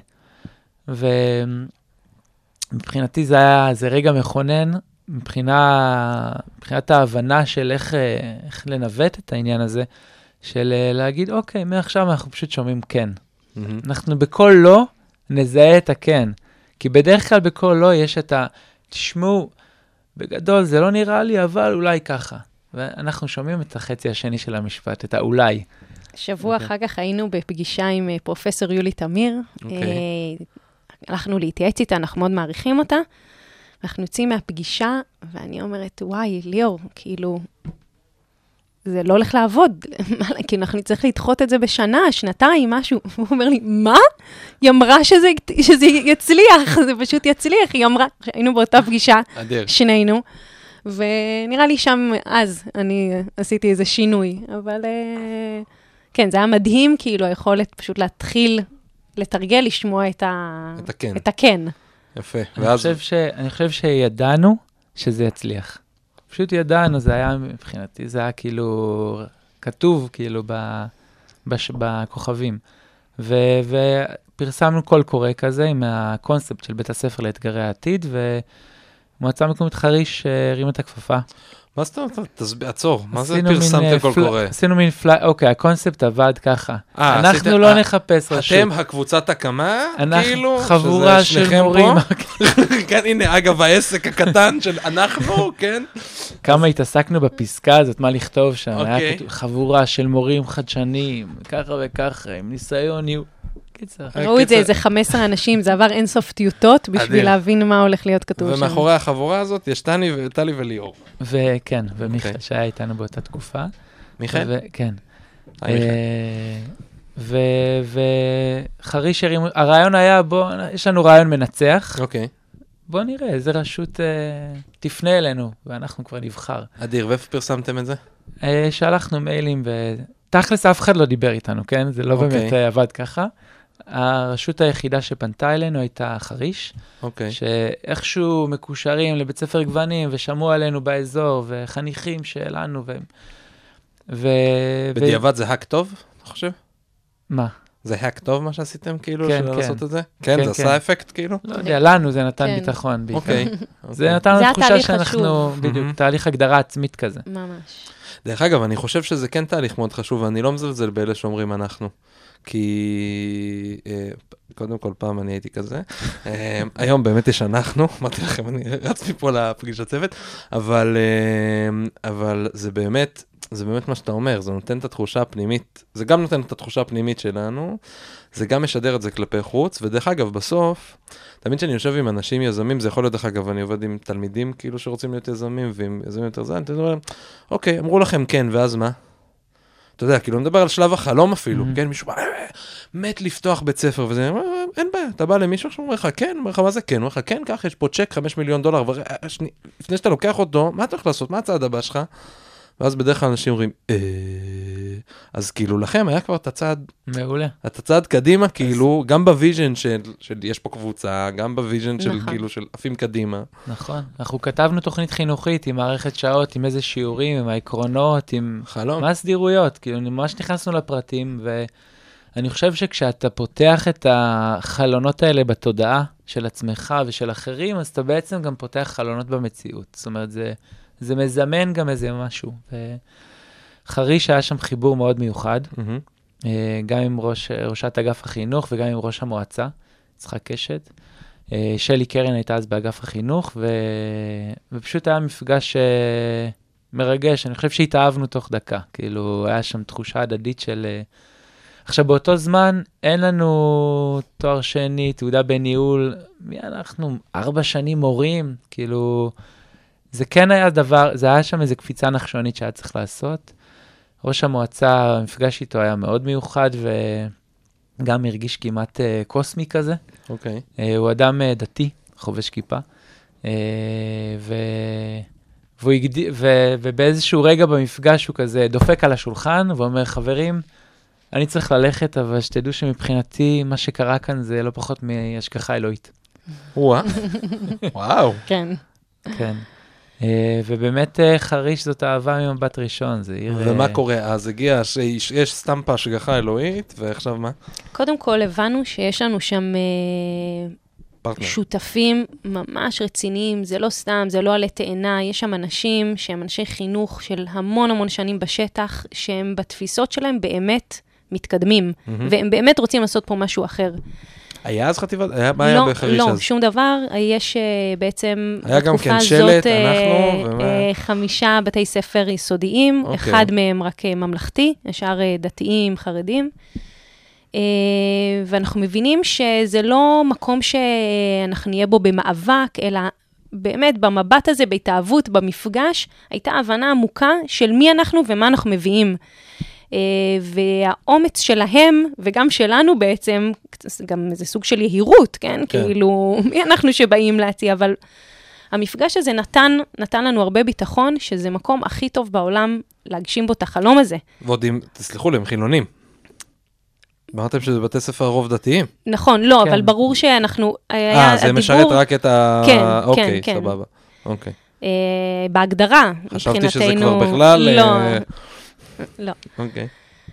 ומבחינתי זה רגע מכונן, מבחינת ההבנה של איך לנווט את העניין הזה, של להגיד, אוקיי, מעכשיו אנחנו פשוט שומעים כן. אנחנו בכל לא נזהה את הכן. כי בדרך כלל בכל לא יש את תשמעו, בגדול זה לא נראה לי, אבל אולי ככה. ואנחנו שומעים את החצי השני של המשפט, את האולי. שבוע אחר כך היינו בפגישה עם פרופסור יולי תמיר. הלכנו להתייעץ איתה, אנחנו מאוד מעריכים אותה. אנחנו יוצאים מהפגישה, ואני אומרת, וואי, ליאור, כאילו, זה לא הולך לעבוד. כי אנחנו נצטרך לדחות את זה בשנה, שנתיים, משהו. הוא אומר לי, מה? היא אמרה שזה יצליח, זה פשוט יצליח. היא אמרה, היינו באותה פגישה, שנינו. ונראה לי שם, אז אני עשיתי איזה שינוי, אבל כן, זה היה מדהים, כאילו, היכולת פשוט להתחיל לתרגל, לשמוע את הכן. יפה. אני חושב שידענו שזה יצליח. פשוט ידענו, זה היה מבחינתי, זה היה כאילו כתוב, כאילו, בכוכבים. ופרסמנו קול קורא כזה, עם הקונספט של בית הספר לאתגרי העתיד, מועצה מקומית חריש הרימה את הכפפה. מה זאת אומרת? עצור, מה זה פרסמתם קול קורא? עשינו מין אוקיי, הקונספט עבד ככה. אנחנו לא נחפש רשות. אתם הקבוצת הקמה, כאילו? חבורה של מורים. כן, הנה, אגב, העסק הקטן של אנחנו, כן? כמה התעסקנו בפסקה הזאת, מה לכתוב שם. היה חבורה של מורים חדשניים, ככה וככה, עם ניסיון, ראו את זה איזה 15 אנשים, זה עבר אינסוף טיוטות בשביל להבין מה הולך להיות כתוב שם. ומאחורי החבורה הזאת יש טלי וליאור. וכן, ומיכאל שהיה איתנו באותה תקופה. מיכאל? כן. וחריש הרים, הרעיון היה, יש לנו רעיון מנצח. אוקיי. בוא נראה, איזה רשות תפנה אלינו, ואנחנו כבר נבחר. אדיר, ואיפה פרסמתם את זה? שלחנו מיילים, תכלס אף אחד לא דיבר איתנו, כן? זה לא באמת עבד ככה. הרשות היחידה שפנתה אלינו הייתה חריש, שאיכשהו מקושרים לבית ספר גוונים, ושמעו עלינו באזור, וחניכים שלנו, בדיעבד זה האק טוב, אתה חושב? מה? זה האק טוב מה שעשיתם, כאילו, של לעשות את זה? כן, זה עשה אפקט, כאילו? לא יודע, לנו זה נתן ביטחון. זה נתן לנו תחושה שאנחנו, בדיוק, תהליך הגדרה עצמית כזה. ממש. דרך אגב, אני חושב שזה כן תהליך מאוד חשוב, ואני לא מזלזל באלה שאומרים אנחנו. כי קודם כל פעם אני הייתי כזה. היום באמת יש אנחנו, אמרתי לכם, אני רץ מפה לפגישת צוות, אבל זה באמת מה שאתה אומר, זה נותן את התחושה הפנימית, זה גם נותן את התחושה הפנימית שלנו, זה גם משדר את זה כלפי חוץ, ודרך אגב, בסוף, תמיד שאני יושב עם אנשים יזמים, זה יכול להיות, דרך אגב, אני עובד עם תלמידים כאילו שרוצים להיות יזמים, ועם יזמים יותר זמן, אתה אומר, אוקיי, אמרו לכם כן, ואז מה? אתה יודע, כאילו, נדבר על שלב החלום אפילו, כן, מישהו בא, מת לפתוח בית ספר, וזה, אין בעיה, אתה בא למישהו שאומר לך, כן, אומר לך, מה זה כן? אומר לך, כן, כך, יש פה צ'ק, $5 מיליון, לפני שאתה לוקח אותו, מה אתה הולך לעשות? מה הצעד הבא שלך? ואז בדרך כלל אנשים אומרים, אז כאילו לכם היה כבר את הצעד, מעולה. את הצעד קדימה, כאילו, גם בוויז'ן של יש פה קבוצה, גם בוויז'ן של כאילו, של עפים קדימה. נכון. אנחנו כתבנו תוכנית חינוכית עם מערכת שעות, עם איזה שיעורים, עם העקרונות, עם חלום. מה הסדירויות, כאילו, ממש נכנסנו לפרטים, ואני חושב שכשאתה פותח את החלונות האלה בתודעה של עצמך ושל אחרים, אז אתה בעצם גם פותח חלונות במציאות. זאת אומרת, זה מזמן גם איזה משהו. חריש היה שם חיבור מאוד מיוחד, גם עם ראשת אגף החינוך וגם עם ראש המועצה, יצחק קשת. שלי קרן הייתה אז באגף החינוך, ופשוט היה מפגש מרגש. אני חושב שהתאהבנו תוך דקה. כאילו, היה שם תחושה הדדית של... עכשיו, באותו זמן אין לנו תואר שני, תעודה בניהול. מי אנחנו? 4 שנים מורים, כאילו... זה כן היה דבר, זה היה שם איזו קפיצה נחשונית שהיה צריך לעשות. ראש המועצה, המפגש איתו היה מאוד מיוחד, וגם הרגיש כמעט קוסמי כזה. אוקיי. הוא אדם דתי, חובש כיפה. ובאיזשהו רגע במפגש הוא כזה דופק על השולחן, ואומר, חברים, אני צריך ללכת, אבל שתדעו שמבחינתי מה שקרה כאן זה לא פחות מהשגחה אלוהית. וואו. כן. כן. ובאמת חריש זאת אהבה ממבט ראשון, זה עיר... ומה קורה? אז הגיע, יש סטמפה השגחה אלוהית, ועכשיו מה? קודם כל, הבנו שיש לנו שם שותפים ממש רציניים, זה לא סתם, זה לא עלי תאנה, יש שם אנשים שהם אנשי חינוך של המון שנים בשטח, שהם בתפיסות שלהם באמת מתקדמים, והם באמת רוצים לעשות פה משהו אחר. היה אז חטיבת? מה היה בחריש אז? לא, שום דבר. יש בעצם... היה גם כן שלט, אנחנו... 5 בתי ספר יסודיים, אחד מהם רק ממלכתי, השאר דתיים, חרדים. ואנחנו מבינים שזה לא מקום שאנחנו נהיה בו במאבק, אלא באמת במבט הזה, בהתאהבות, במפגש, הייתה הבנה עמוקה של מי אנחנו ומה אנחנו מביאים. והאומץ שלהם, וגם שלנו בעצם, גם איזה סוג של יהירות, כן? כאילו, מי אנחנו שבאים להציע, אבל המפגש הזה נתן לנו הרבה ביטחון, שזה מקום הכי טוב בעולם להגשים בו את החלום הזה. ועוד אם, תסלחו לי, הם חילונים. אמרתם שזה בתי ספר רוב דתיים. נכון, לא, אבל ברור שאנחנו... זה משרת רק את ה... כן, אוקיי, סבבה. אוקיי. בהגדרה, מבחינתנו... חשבתי שזה כבר בכלל... לא. אוקיי.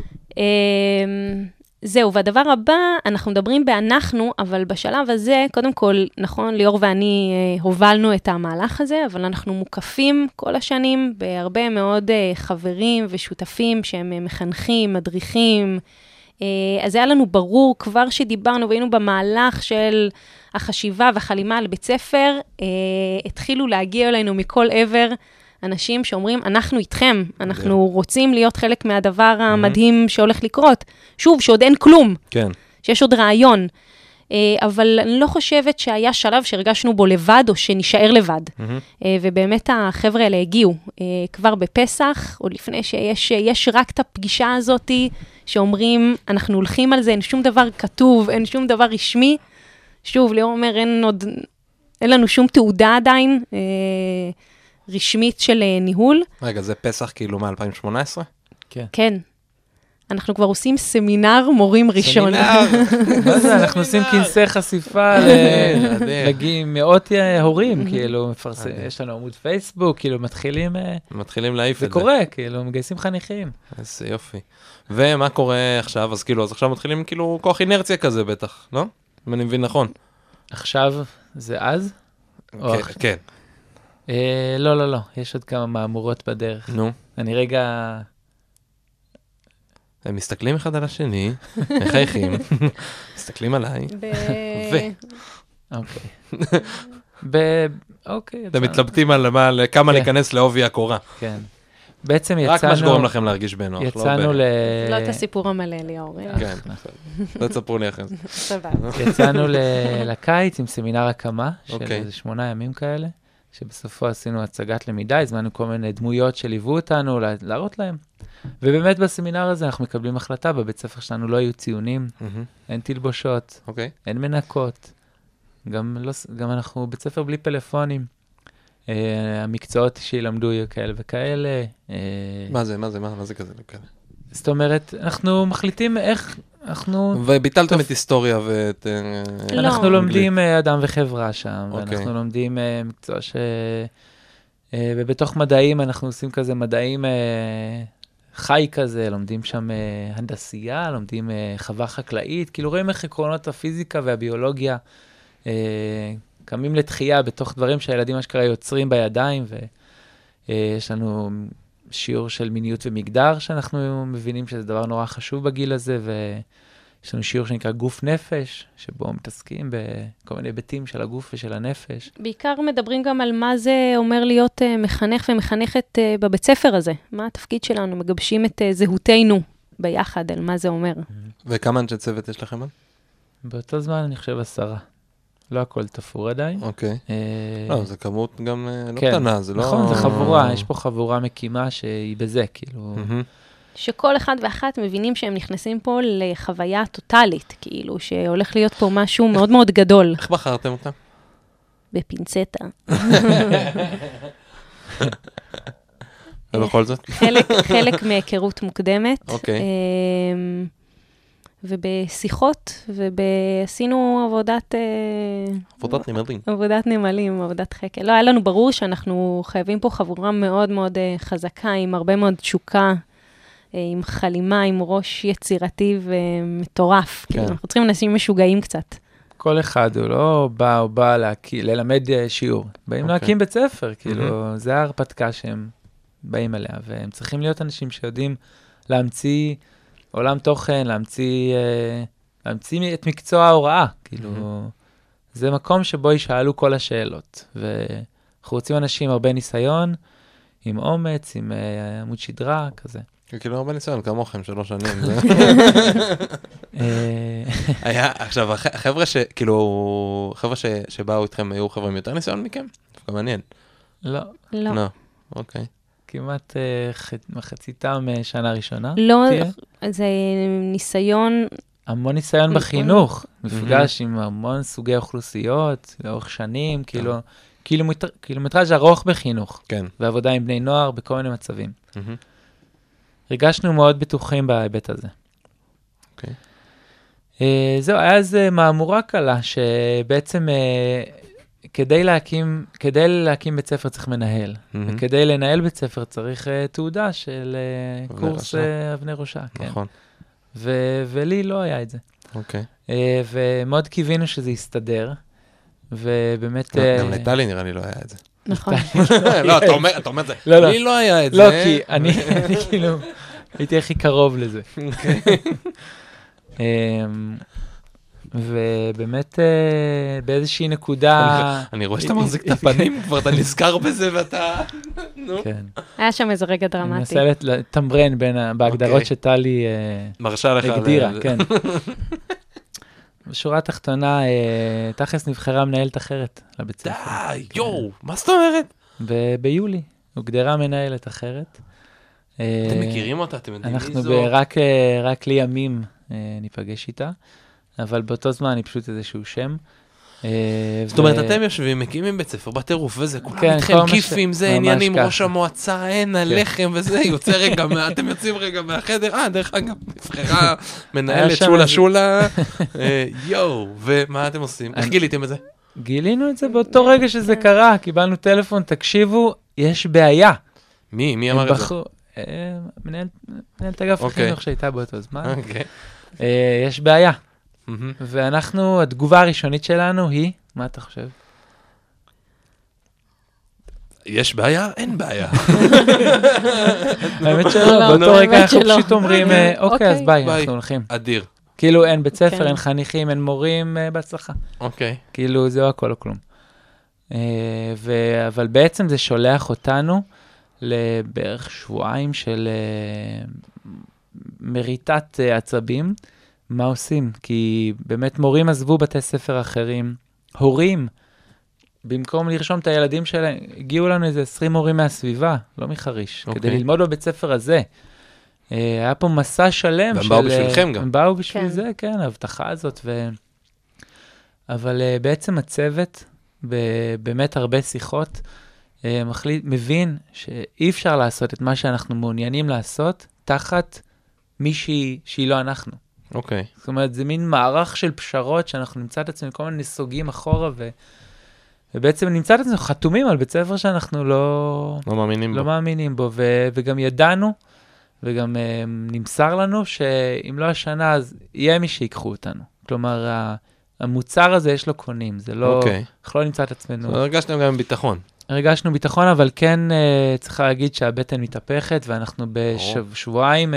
זהו, והדבר הבא, אנחנו מדברים באנחנו, אבל בשלב הזה, קודם כל, נכון, ליאור ואני הובלנו את המהלך הזה, אבל אנחנו מוקפים כל השנים בהרבה מאוד חברים ושותפים שהם מחנכים, מדריכים. אז היה לנו ברור כבר שדיברנו והיינו במהלך של החשיבה והחלימה על בית ספר, התחילו להגיע אלינו מכל עבר, אנשים שאומרים, אנחנו איתכם, אנחנו רוצים להיות חלק מהדבר המדהים שהולך לקרות. שוב, שעוד אין כלום. כן. שיש עוד רעיון. אבל אני לא חושבת שהיה שלב שהרגשנו בו לבד, או שנשאר לבד. ובאמת החבר'ה האלה הגיעו כבר בפסח, או לפני שיש רק את הפגישה הזאת, שאומרים, אנחנו הולכים על זה, אין שום דבר כתוב, אין שום דבר רשמי. שוב, ליאור אומר, אין לנו שום תעודה עדיין, רשמית של ניהול. רגע, זה פסח כאילו מ-2018? כן. כן. אנחנו כבר עושים סמינר מורים ראשון. מה זה? אנחנו עושים כנסי חשיפה למאות הורים, כאילו, יש לנו עמוד פייסבוק, כאילו, מתחילים להעיף את זה. זה קורה, כאילו, מגייסים חניכים. איזה יופי. ומה קורה עכשיו? אז כאילו, אז עכשיו מתחילים כאילו כוח אינרציה כזה בטח, לא? אם אני מבין נכון. עכשיו זה אז? כן. לא, יש עוד כמה מאמורות בדרך. נו. אני רגע... הם מסתכלים אחד על השני, מחייכים, מסתכלים עליי. אוקיי. אתם מתלבטים על כמה להיכנס לעובי הקורה. כן. בעצם יצאנו... רק מה שגורם לכם להרגיש בנוח. יצאנו לא את הסיפור המלא, ליאור. כן, לא תספרו לי אחרי זה. סבבה. יצאנו לקיץ עם סמינר הקמה, של איזה 8 ימים כאלה, שבסופו עשינו הצגת למידה, הזמנו כל מיני דמויות שליוו אותנו, להראות להם. ובאמת בסמינר הזה אנחנו מקבלים החלטה, בבית ספר שלנו לא יהיו ציונים, אין תלבושות, אין מנקות, גם אנחנו בית ספר בלי פלאפונים. המקצועות שילמדו יהיו כאלה וכאלה. מה זה כזה? זאת אומרת, אנחנו מחליטים איך אנחנו... וביטלתם את היסטוריה ואת... אנחנו לומדים אדם וחברה שם, ואנחנו לומדים מקצוע ובתוך מדעים אנחנו עושים כזה מדעים חי כזה, לומדים שם הנדסייה, לומדים חווה חקלאית, כאילו רואים איך עקרונות הפיזיקה והביולוגיה קמים לתחייה בתוך דברים שהילדים אשכרה יוצרים בידיים, ויש לנו שיעור של מיניות ומגדר, שאנחנו מבינים שזה דבר נורא חשוב בגיל הזה, ויש לנו שיעור שנקרא גוף נפש, שבו מתעסקים בכל מיני היבטים של הגוף ושל הנפש. בעיקר מדברים גם על מה זה אומר להיות מחנך ומחנכת בבית ספר הזה. מה התפקיד שלנו? מגבשים את זהותנו ביחד על מה זה אומר. וכמה אנשי צוות יש לכם? באותו זמן אני חושב 10. לא הכל תפור עדיין. אוקיי. לא, זה כמות גם לא קטנה, זה לא... נכון, זה חבורה, יש פה חבורה מקימה שהיא בזה, כאילו... שכל אחד ואחת מבינים שהם נכנסים פה לחוויה טוטלית, כאילו, שהולך להיות פה משהו מאוד מאוד גדול. איך בחרתם אותם? בפינצטה. ובכל זאת? חלק מהיכרות מוקדמת. אוקיי. ובשיחות, ועשינו עבודת נמלים. עבודת נמלים, עבודת חקר. לא, היה לנו ברור שאנחנו חייבים פה חבורה מאוד מאוד חזקה, עם הרבה מאוד תשוקה, עם חלימה, עם ראש יצירתי ומטורף. כן. כאילו, אנחנו צריכים אנשים משוגעים קצת. כל אחד הוא לא בא או בא ללמד שיעור. באים להקים בית ספר, כאילו, זה ההרפתקה שהם באים אליה, והם צריכים להיות אנשים שיודעים להמציא עולם תוכן, להמציא את מקצוע ההוראה, כאילו, זה מקום שבו ישאלו כל השאלות, ואנחנו רוצים אנשים עם הרבה ניסיון, עם אומץ, עם עמוד שדרה, כזה. כאילו הרבה ניסיון, כמוכם, 3 שנים. היה, עכשיו, החבר'ה שבאו איתכם, היו חבר'ה עם יותר ניסיון מכם? דווקא מעניין. לא. לא. אוקיי. כמעט מחציתם שנה ראשונה. לא, זה ניסיון... המון ניסיון בחינוך, מפגש עם המון סוגי אוכלוסיות, לאורך שנים, קילומטראז' ארוך בחינוך, ועבודה עם בני נוער בכל מיני מצבים. הרגשנו מאוד בטוחים בהיבט הזה. זהו, היה איזה מהמורה קלה, שבעצם כדי להקים בית ספר צריך מנהל, וכדי לנהל בית ספר צריך תעודה של קורס אבני ראשה. נכון. ולי לא היה את זה. אוקיי. ומאוד קיווינו שזה יסתדר, ובאמת... גם לטלי נראה לי לא היה את זה. נכון. לא, אתה אומר את זה. לי לא היה את זה. לא, כי אני כאילו הייתי הכי קרוב לזה. ובאמת באיזושהי נקודה... אני רואה שאתה מחזיק את הפנים, כבר אתה נזכר בזה ואתה... כן. היה שם איזה רגע דרמטי. אני מנסה לתמרן בהגדרות שטלי הגדירה. כן. בשורה התחתונה, תכלס נבחרה מנהלת אחרת לבית ספר. די, יואו, מה זאת אומרת? ביולי, הוגדרה מנהלת אחרת. אתם מכירים אותה? אתם יודעים מי זו? אנחנו רק לימים ניפגש איתה, אבל באותו זמן אני פשוט איזשהו שם. זאת אומרת, אתם יושבים, מקימים בית ספר, בטירוף וזה, כולם איתכם כיפים, זה עניינים, ראש המועצה, אין, הלחם וזה, יוצא רגע, אתם יוצאים רגע מהחדר, דרך אגב, נבחרה מנהלת שולה, יואו, ומה אתם עושים? איך גיליתם את זה? גילינו את זה באותו רגע שזה קרה, קיבלנו טלפון, תקשיבו, יש בעיה. מי אמר את זה? מנהלת אגף החינוך שהייתה באותו זמן. יש בעיה. ואנחנו, התגובה הראשונית שלנו היא, מה אתה חושב? יש בעיה? אין בעיה. האמת שלא, באותו רגע אנחנו פשוט אומרים, אוקיי, אז ביי, אנחנו הולכים. אדיר. כאילו אין בית ספר, אין חניכים, אין מורים, בהצלחה. אוקיי. כאילו זהו הכל או כלום. אבל בעצם זה שולח אותנו לבערך שבועיים של מריטת עצבים. מה עושים? כי באמת מורים עזבו בתי ספר אחרים, הורים, במקום לרשום את הילדים שלהם, הגיעו לנו איזה 20 מורים מהסביבה, לא מחריש, כדי ללמוד בבית ספר הזה. היה פה מסע שלם. והם באו בשבילכם גם. הם באו בשביל זה, כן, ההבטחה הזאת. אבל בעצם הצוות, באמת הרבה שיחות, מבין שאי אפשר לעשות את מה שאנחנו מעוניינים לעשות, תחת מישהי שהיא לא אנחנו. אוקיי. זאת אומרת, זה מין מערך של פשרות שאנחנו נמצא את עצמנו כל מיני נסוגים אחורה, ובעצם נמצא את עצמנו חתומים על בית ספר שאנחנו לא מאמינים בו, וגם ידענו, וגם נמסר לנו שאם לא השנה, אז יהיה מי שיקחו אותנו. כלומר, המוצר הזה יש לו קונים, זה לא, אנחנו לא נמצא את עצמנו. הרגשתם גם ביטחון. הרגשנו ביטחון, אבל כן צריך להגיד שהבטן מתהפכת, ואנחנו בשבועיים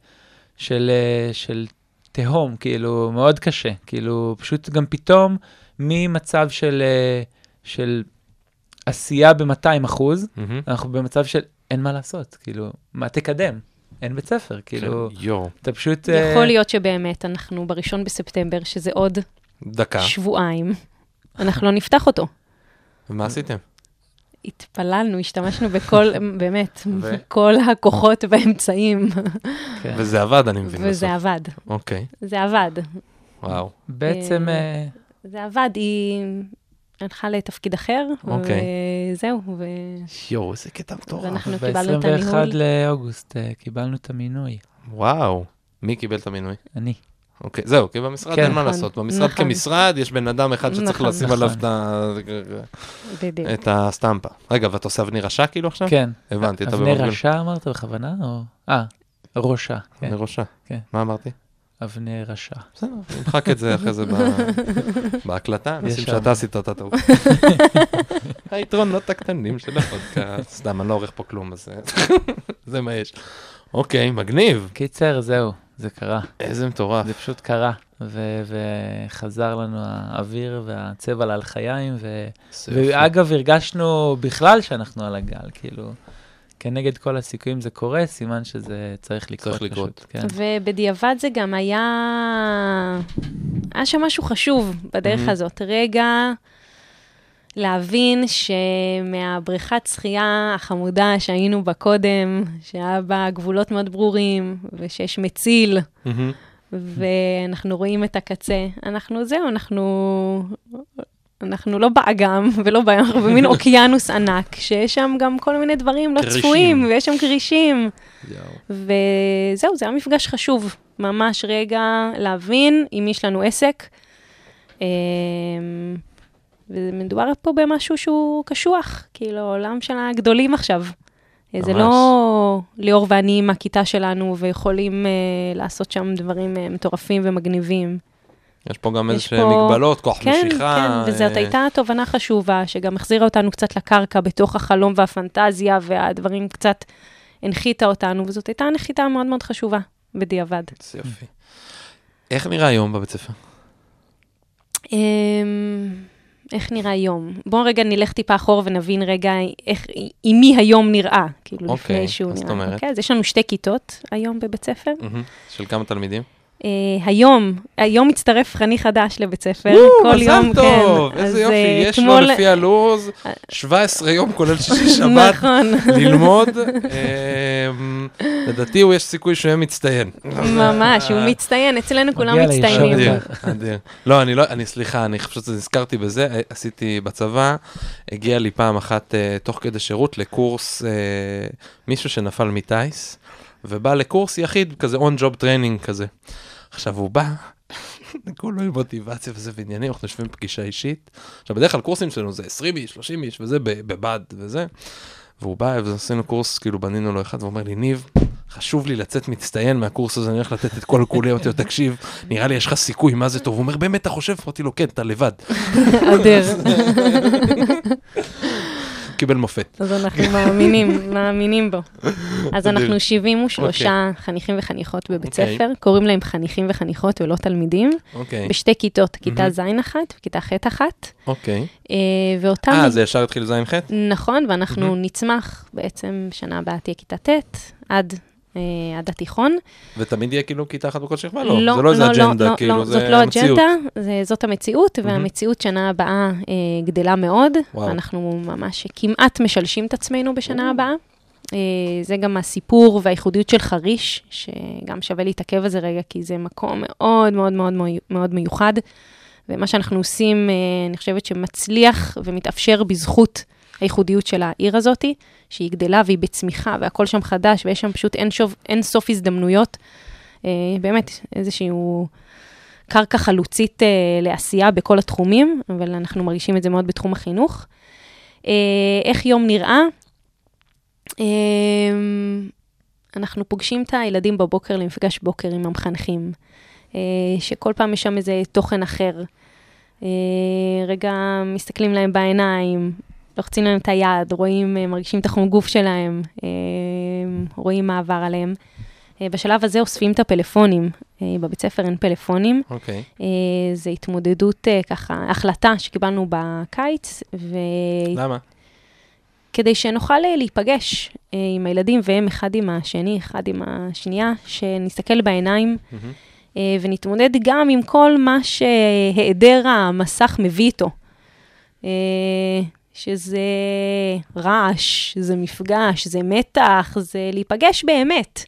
של תהום, כאילו, מאוד קשה. כאילו, פשוט גם פתאום, ממצב של עשייה ב-200%, אנחנו במצב של אין מה לעשות, כאילו, מה תקדם? אין בית ספר, כאילו, אתה פשוט... יכול להיות שבאמת אנחנו ב1 בספטמבר, שזה עוד שבועיים, אנחנו לא נפתח אותו. ומה עשיתם? התפללנו, השתמשנו בכל, באמת, כל הכוחות והאמצעים. וזה עבד, אני מבין. וזה עבד. אוקיי. זה עבד. וואו. בעצם... זה עבד, היא הלכה לתפקיד אחר, וזהו. יואו, זה קטע מטורף. ואנחנו קיבלנו את הניהול. ב-21 לאוגוסט קיבלנו את המינוי. וואו. מי קיבל את המינוי? אני. אוקיי, זהו, כי במשרד אין מה לעשות. במשרד כמשרד יש בן אדם אחד שצריך לשים עליו את הסטמפה. רגע, ואת עושה אבני רשע כאילו עכשיו? כן. הבנתי. אבני רשע אמרת בכוונה? ראשה. אבני ראשה. מה אמרתי? אבני רשע. בסדר, נמחק את זה אחרי זה בהקלטה, נשים שאתה עשית אותה טוב. היתרונות הקטנים של הפודקאסט. סתם, אני לא עורך פה כלום, אז זה מה יש. אוקיי, מגניב. קיצר, זהו, זה קרה. איזה מטורף. זה פשוט קרה, וחזר לנו האוויר והצבע להלחיים, ואגב, הרגשנו בכלל שאנחנו על הגל, כאילו, כנגד כל הסיכויים זה קורה, סימן שזה צריך לקרות. צריך לקרות. כן. ובדיעבד זה גם היה שם משהו חשוב בדרך הזאת. רגע להבין שמהבריכת שחייה החמודה שהיינו בה קודם, שהיה בה גבולות מאוד ברורים, ושיש מציל, ואנחנו רואים את הקצה. אנחנו לא באגם ולא בים, אנחנו במין אוקיינוס ענק, שיש שם גם כל מיני דברים לא צפויים, ויש שם קרישים. וזהו, זה היה מפגש חשוב, ממש רגע להבין אם יש לנו עסק, ומדובר פה במשהו שהוא קשוח, כאילו עולם של הגדולים עכשיו. זה לא ליאור ואני עם הכיתה שלנו, ויכולים לעשות שם דברים מטורפים ומגניבים. יש פה גם איזושהי מגבלות, כוח משיכה. כן, וזאת הייתה תובנה חשובה, שגם החזירה אותנו קצת לקרקע, בתוך החלום והפנטזיה, והדברים קצת הנחיתה אותנו, וזאת הייתה נחיתה מאוד מאוד חשובה, בדיעבד. זה יופי. איך נראה היום בבית ספר? איך נראה היום? בואו רגע נלך טיפה אחור ונבין רגע עם מי היום נראה, כאילו לפני שהוא נראה. אוקיי, אז יש לנו 2 כיתות היום בבית ספר. של כמה תלמידים? היום מצטרף חניך חדש לבית ספר. מזל טוב, איזה יופי, יש לו לפי הלוז 17 יום כולל שישי שבת ללמוד. לדעתי הוא יש סיכוי שהוא יהיה מצטיין. ממש, הוא מצטיין, אצלנו כולם מצטיינים. לא, אני סליחה, אני חושב שנזכרתי בזה, עשיתי בצבא, הגיע לי פעם אחת תוך כדי שירות לקורס מישהו שנפל מטייס, ובא לקורס יחיד, כזה on-job training כזה. עכשיו הוא בא, כולו עם מוטיבציה וזה ועניינים, אנחנו יושבים פגישה אישית. עכשיו בדרך כלל קורסים שלנו זה 20 איש, 30 איש, וזה בבד וזה. והוא בא, ועשינו קורס, כאילו בנינו לו אחד, והוא אומר לי, ניב, חשוב לי לצאת מצטיין מהקורס הזה, אני הולך לתת את כל כולי, אותי, תקשיב, נראה לי יש לך סיכוי, מה זה טוב? הוא אומר, באמת, אתה חושב? אמרתי לו, כן, אתה לבד. אדר. קיבל מופת. אז אנחנו מאמינים בו. אז אנחנו 73 חניכים וחניכות בבית ספר, קוראים להם חניכים וחניכות ולא תלמידים, בשתי כיתות, כיתה ז'1 וכיתה ח'1. אוקיי. ואותם... זה ישר התחיל ז'-ח'? נכון, ואנחנו נצמח בעצם שנה הבאה תהיה כיתה ט' עד התיכון. ותמיד יהיה כאילו כיתה אחת בכל שכבה? לא, זה לא איזה אג'נדה, כאילו זה המציאות. זאת לא אג'נדה, זאת המציאות, והמציאות שנה הבאה גדלה מאוד. אנחנו ממש כמעט משלשים את עצמנו בשנה הבאה. זה גם הסיפור והייחודיות של חריש, שגם שווה להתעכב על זה רגע, כי זה מקום מאוד מאוד מאוד מאוד מיוחד. ומה שאנחנו עושים, אני חושבת שמצליח ומתאפשר בזכות הייחודיות של העיר הזאת, שהיא גדלה והיא בצמיחה, והכל שם חדש, ויש שם פשוט אין סוף הזדמנויות. באמת, איזשהו קרקע חלוצית לעשייה בכל התחומים, אבל אנחנו מרגישים את זה מאוד בתחום החינוך. איך יום נראה? אנחנו פוגשים את הילדים בבוקר למפגש בוקר עם המחנכים, שכל פעם יש שם איזה תוכן אחר. רגע מסתכלים להם בעיניים, לוחצים להם את היד, מרגישים את החום גוף שלהם, רואים מה עבר עליהם. בשלב הזה אוספים את הפלאפונים, בבית ספר אין פלאפונים. זה התמודדות ככה, החלטה שקיבלנו בקיץ. למה? כדי שנוכל להיפגש עם הילדים, והם אחד עם השני, אחד עם השנייה, שנסתכל בעיניים, ונתמודד גם עם כל מה שהיעדר המסך מביא איתו. שזה רעש, זה מפגש, זה מתח, זה להיפגש באמת.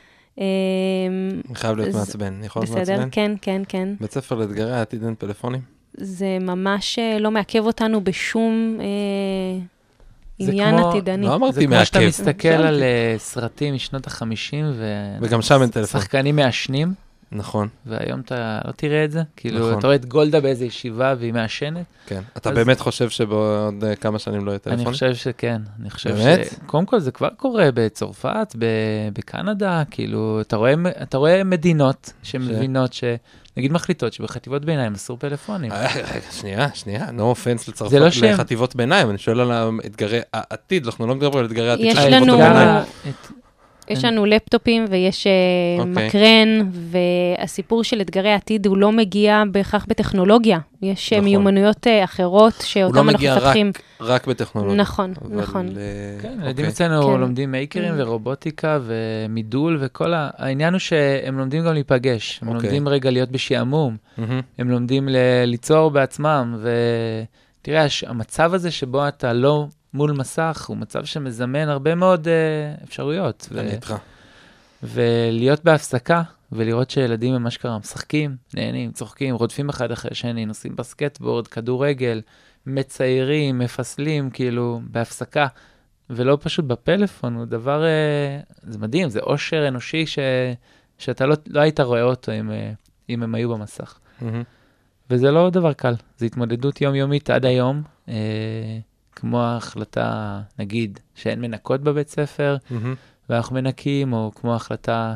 חייב להיות מעצבן, יכול להיות מעצבן? בסדר, כן, כן, כן. בית ספר לאתגרי העתיד אין פלאפונים? זה ממש לא מעכב אותנו בשום עניין עתידני. לא אמרתי מעכב. מעכב. זה כמו שאתה מסתכל על סרטים משנות ה-50, וגם שם אין טלפון. שחקנים מעשנים. נכון. והיום אתה לא תראה את זה? כאילו, אתה רואה את גולדה באיזה ישיבה והיא מעשנת? כן. אתה באמת חושב שבעוד כמה שנים לא יהיה טלפון? אני חושב שכן. אני חושב באמת? קודם כל זה כבר קורה בצרפת, בקנדה, כאילו, אתה רואה מדינות שמבינות נגיד מחליטות שבחטיבות ביניים אסור פלאפונים. שנייה, no offense לצרפת לחטיבות ביניים, אני שואל על אתגרי העתיד, אנחנו לא מדברים על אתגרי העתיד של חטיבות ביניים. יש לנו לפטופים ויש מקרן, והסיפור של אתגרי העתיד הוא לא מגיע בהכרח בטכנולוגיה. יש מיומנויות אחרות שאותם אנחנו מפתחים. הוא לא מגיע רק בטכנולוגיה. נכון, נכון. כן, ילדים אצלנו לומדים מייקרים ורובוטיקה ומידול וכל העניין הוא שהם לומדים גם להיפגש. הם לומדים רגע להיות בשעמום. הם לומדים ליצור בעצמם. ותראה, המצב הזה שבו אתה לא מול מסך, הוא מצב שמזמן הרבה מאוד אפשרויות. ולהיות בהפסקה, ולראות שילדים ממש קרה, משחקים, נהנים, צוחקים, רודפים אחד אחרי שני, נוסעים בסקטבורד, כדורגל, מציירים, מפסלים, כאילו, בהפסקה, ולא פשוט בפלאפון, הוא דבר, זה מדהים, זה עושר אנושי שאתה לא היית רואה אותו אם הם היו במסך. וזה לא דבר קל, זה התמודדות יומיומית עד היום, כמו ההחלטה, נגיד, שאין מנקות בבית ספר, ואנחנו מנקים, או כמו ההחלטה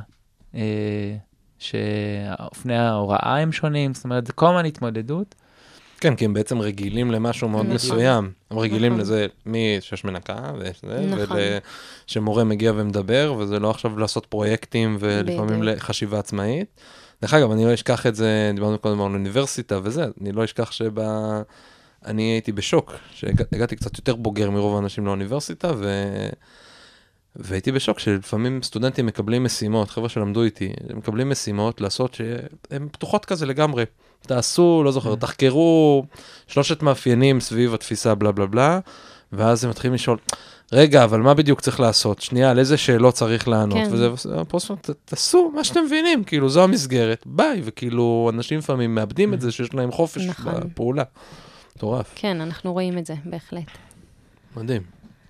שאופני ההוראה הם שונים, זאת אומרת, זה כל הזמן התמודדות. כן, כי הם בעצם רגילים למשהו מאוד מסוים. הם רגילים לזה שיש מנקה, שמורה מגיע ומדבר, וזה לא עכשיו לעשות פרויקטים, ולפעמים לחשיבה עצמאית. דרך אגב, אני לא אשכח את זה, דיברנו קודם על אוניברסיטה וזה, אני לא אשכח אני הייתי בשוק, שהגעתי קצת יותר בוגר מרוב האנשים לאוניברסיטה, והייתי בשוק שלפעמים סטודנטים מקבלים משימות, חבר'ה שלמדו איתי, הם מקבלים משימות לעשות שהן פתוחות כזה לגמרי. תעשו, לא זוכר, תחקרו 3 מאפיינים סביב התפיסה בלה בלה בלה, ואז הם מתחילים לשאול, רגע, אבל מה בדיוק צריך לעשות? שנייה, על איזה שאלות צריך לענות? וזה, תעשו מה שאתם מבינים, כאילו, זו המסגרת, ביי, וכאילו, אנשים לפעמים מאבדים את זה, שיש להם חופש בפעולה. מטורף. כן, אנחנו רואים את זה, בהחלט. מדהים.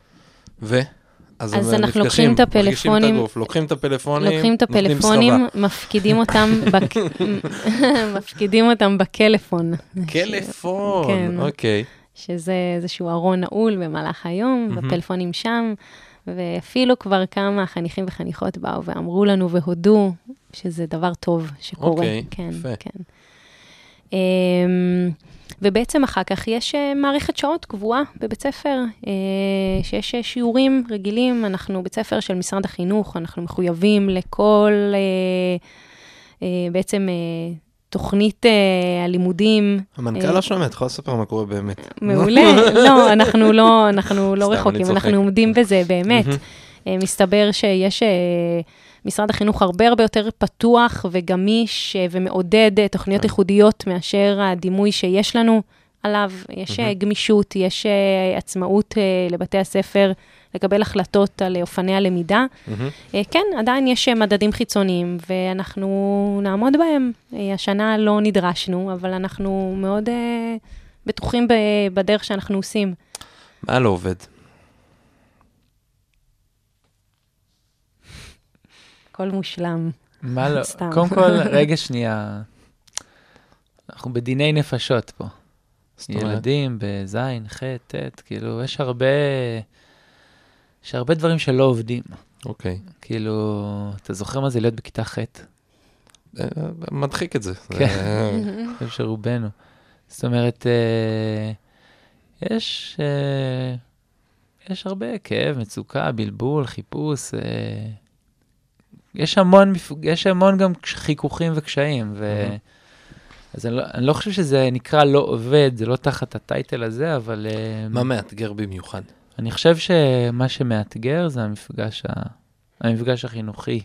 אז אנחנו לוקחים את הפלאפונים, לוקחים את הפלאפונים, מפקידים אותם בקלפון. קלפון, אוקיי. שזה איזשהו ארון נעול במהלך היום, בפלאפונים שם, ואפילו כבר כמה חניכים וחניכות באו ואמרו לנו והודו שזה דבר טוב שקורה. אוקיי, כן, יפה. כן. ובעצם אחר כך יש מערכת שעות קבועה בבית ספר, שיש שיעורים רגילים, אנחנו בית ספר של משרד החינוך, אנחנו מחויבים לכל בעצם תוכנית הלימודים. המנכ"ל לא שומע, את יכולה לספר מה קורה באמת. מעולה, לא, אנחנו לא רחוקים, אנחנו עומדים בזה באמת. מסתבר שיש משרד החינוך הרבה יותר פתוח וגמיש ומעודד תוכניות ייחודיות מאשר הדימוי שיש לנו עליו. יש גמישות, יש עצמאות לבתי הספר לקבל החלטות על אופני הלמידה. כן, עדיין יש מדדים חיצוניים ואנחנו נעמוד בהם. השנה לא נדרשנו, אבל אנחנו מאוד בטוחים בדרך שאנחנו עושים. מה לא עובד? הכל מושלם. מה לא? קודם כל, רגע שנייה, אנחנו בדיני נפשות פה. ילדים בזין, ח', ט', כאילו, יש הרבה דברים שלא עובדים. אוקיי. כאילו, אתה זוכר מה זה להיות בכיתה ח'? מדחיק את זה. כן, אני חושב שרובנו. זאת אומרת, יש הרבה כאב, מצוקה, בלבול, חיפוש, יש המון גם חיכוכים וקשיים, אז אני לא חושב שזה נקרא לא עובד, זה לא תחת הטייטל הזה, אבל מה מאתגר במיוחד? אני חושב שמה שמאתגר זה המפגש החינוכי.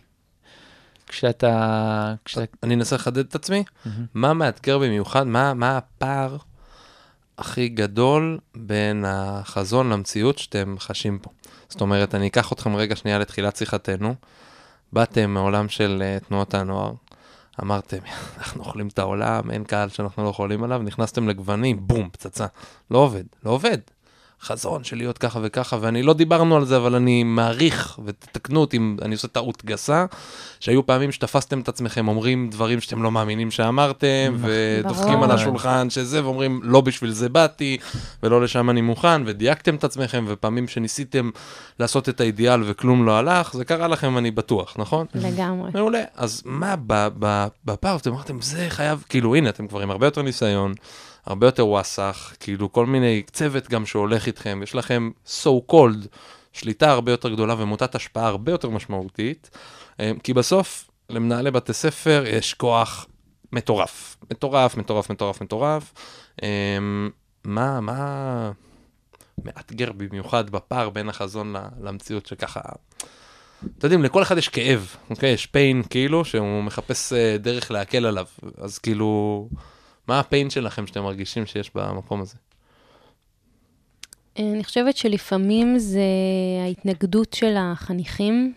אני אנסה לחדד את עצמי, מה מאתגר במיוחד, מה הפער הכי גדול בין החזון למציאות שאתם חשים פה? זאת אומרת, אני אקח אתכם רגע שנייה לתחילת שיחתנו, באתם מעולם של תנועות הנוער, אמרתם, אנחנו אוכלים את העולם, אין קהל שאנחנו לא אוכלים עליו, נכנסתם לגוונים, בום, פצצה. לא עובד, לא עובד. חזון של להיות ככה וככה, ואני לא דיברנו על זה, אבל אני מעריך, ותתקנו אותי אם אני עושה טעות גסה, שהיו פעמים שתפסתם את עצמכם, אומרים דברים שאתם לא מאמינים שאמרתם, ודופקים על השולחן שזה, ואומרים, לא בשביל זה באתי, ולא לשם אני מוכן, ודייקתם את עצמכם, ופעמים שניסיתם לעשות את האידיאל וכלום לא הלך, זה קרה לכם, אני בטוח, נכון? לגמרי. מעולה. אז מה בפער, אתם אמרתם, זה חייב, כאילו, הנה, אתם כבר עם הרבה יותר ניסיון, הרבה יותר וואסך, כאילו כל מיני צוות גם שהולך איתכם, יש לכם so called, שליטה הרבה יותר גדולה ומוטת השפעה הרבה יותר משמעותית, כי בסוף למנהלי בתי ספר יש כוח מטורף, מטורף, מטורף, מטורף, מטורף. מה מאתגר במיוחד בפער בין החזון למציאות שככה, אתם יודעים, לכל אחד יש כאב, אוקיי? יש pain כאילו, שהוא מחפש דרך להקל עליו, אז כאילו, מה הפיין שלכם שאתם מרגישים שיש במקום הזה? אני חושבת שלפעמים זה ההתנגדות של החניכים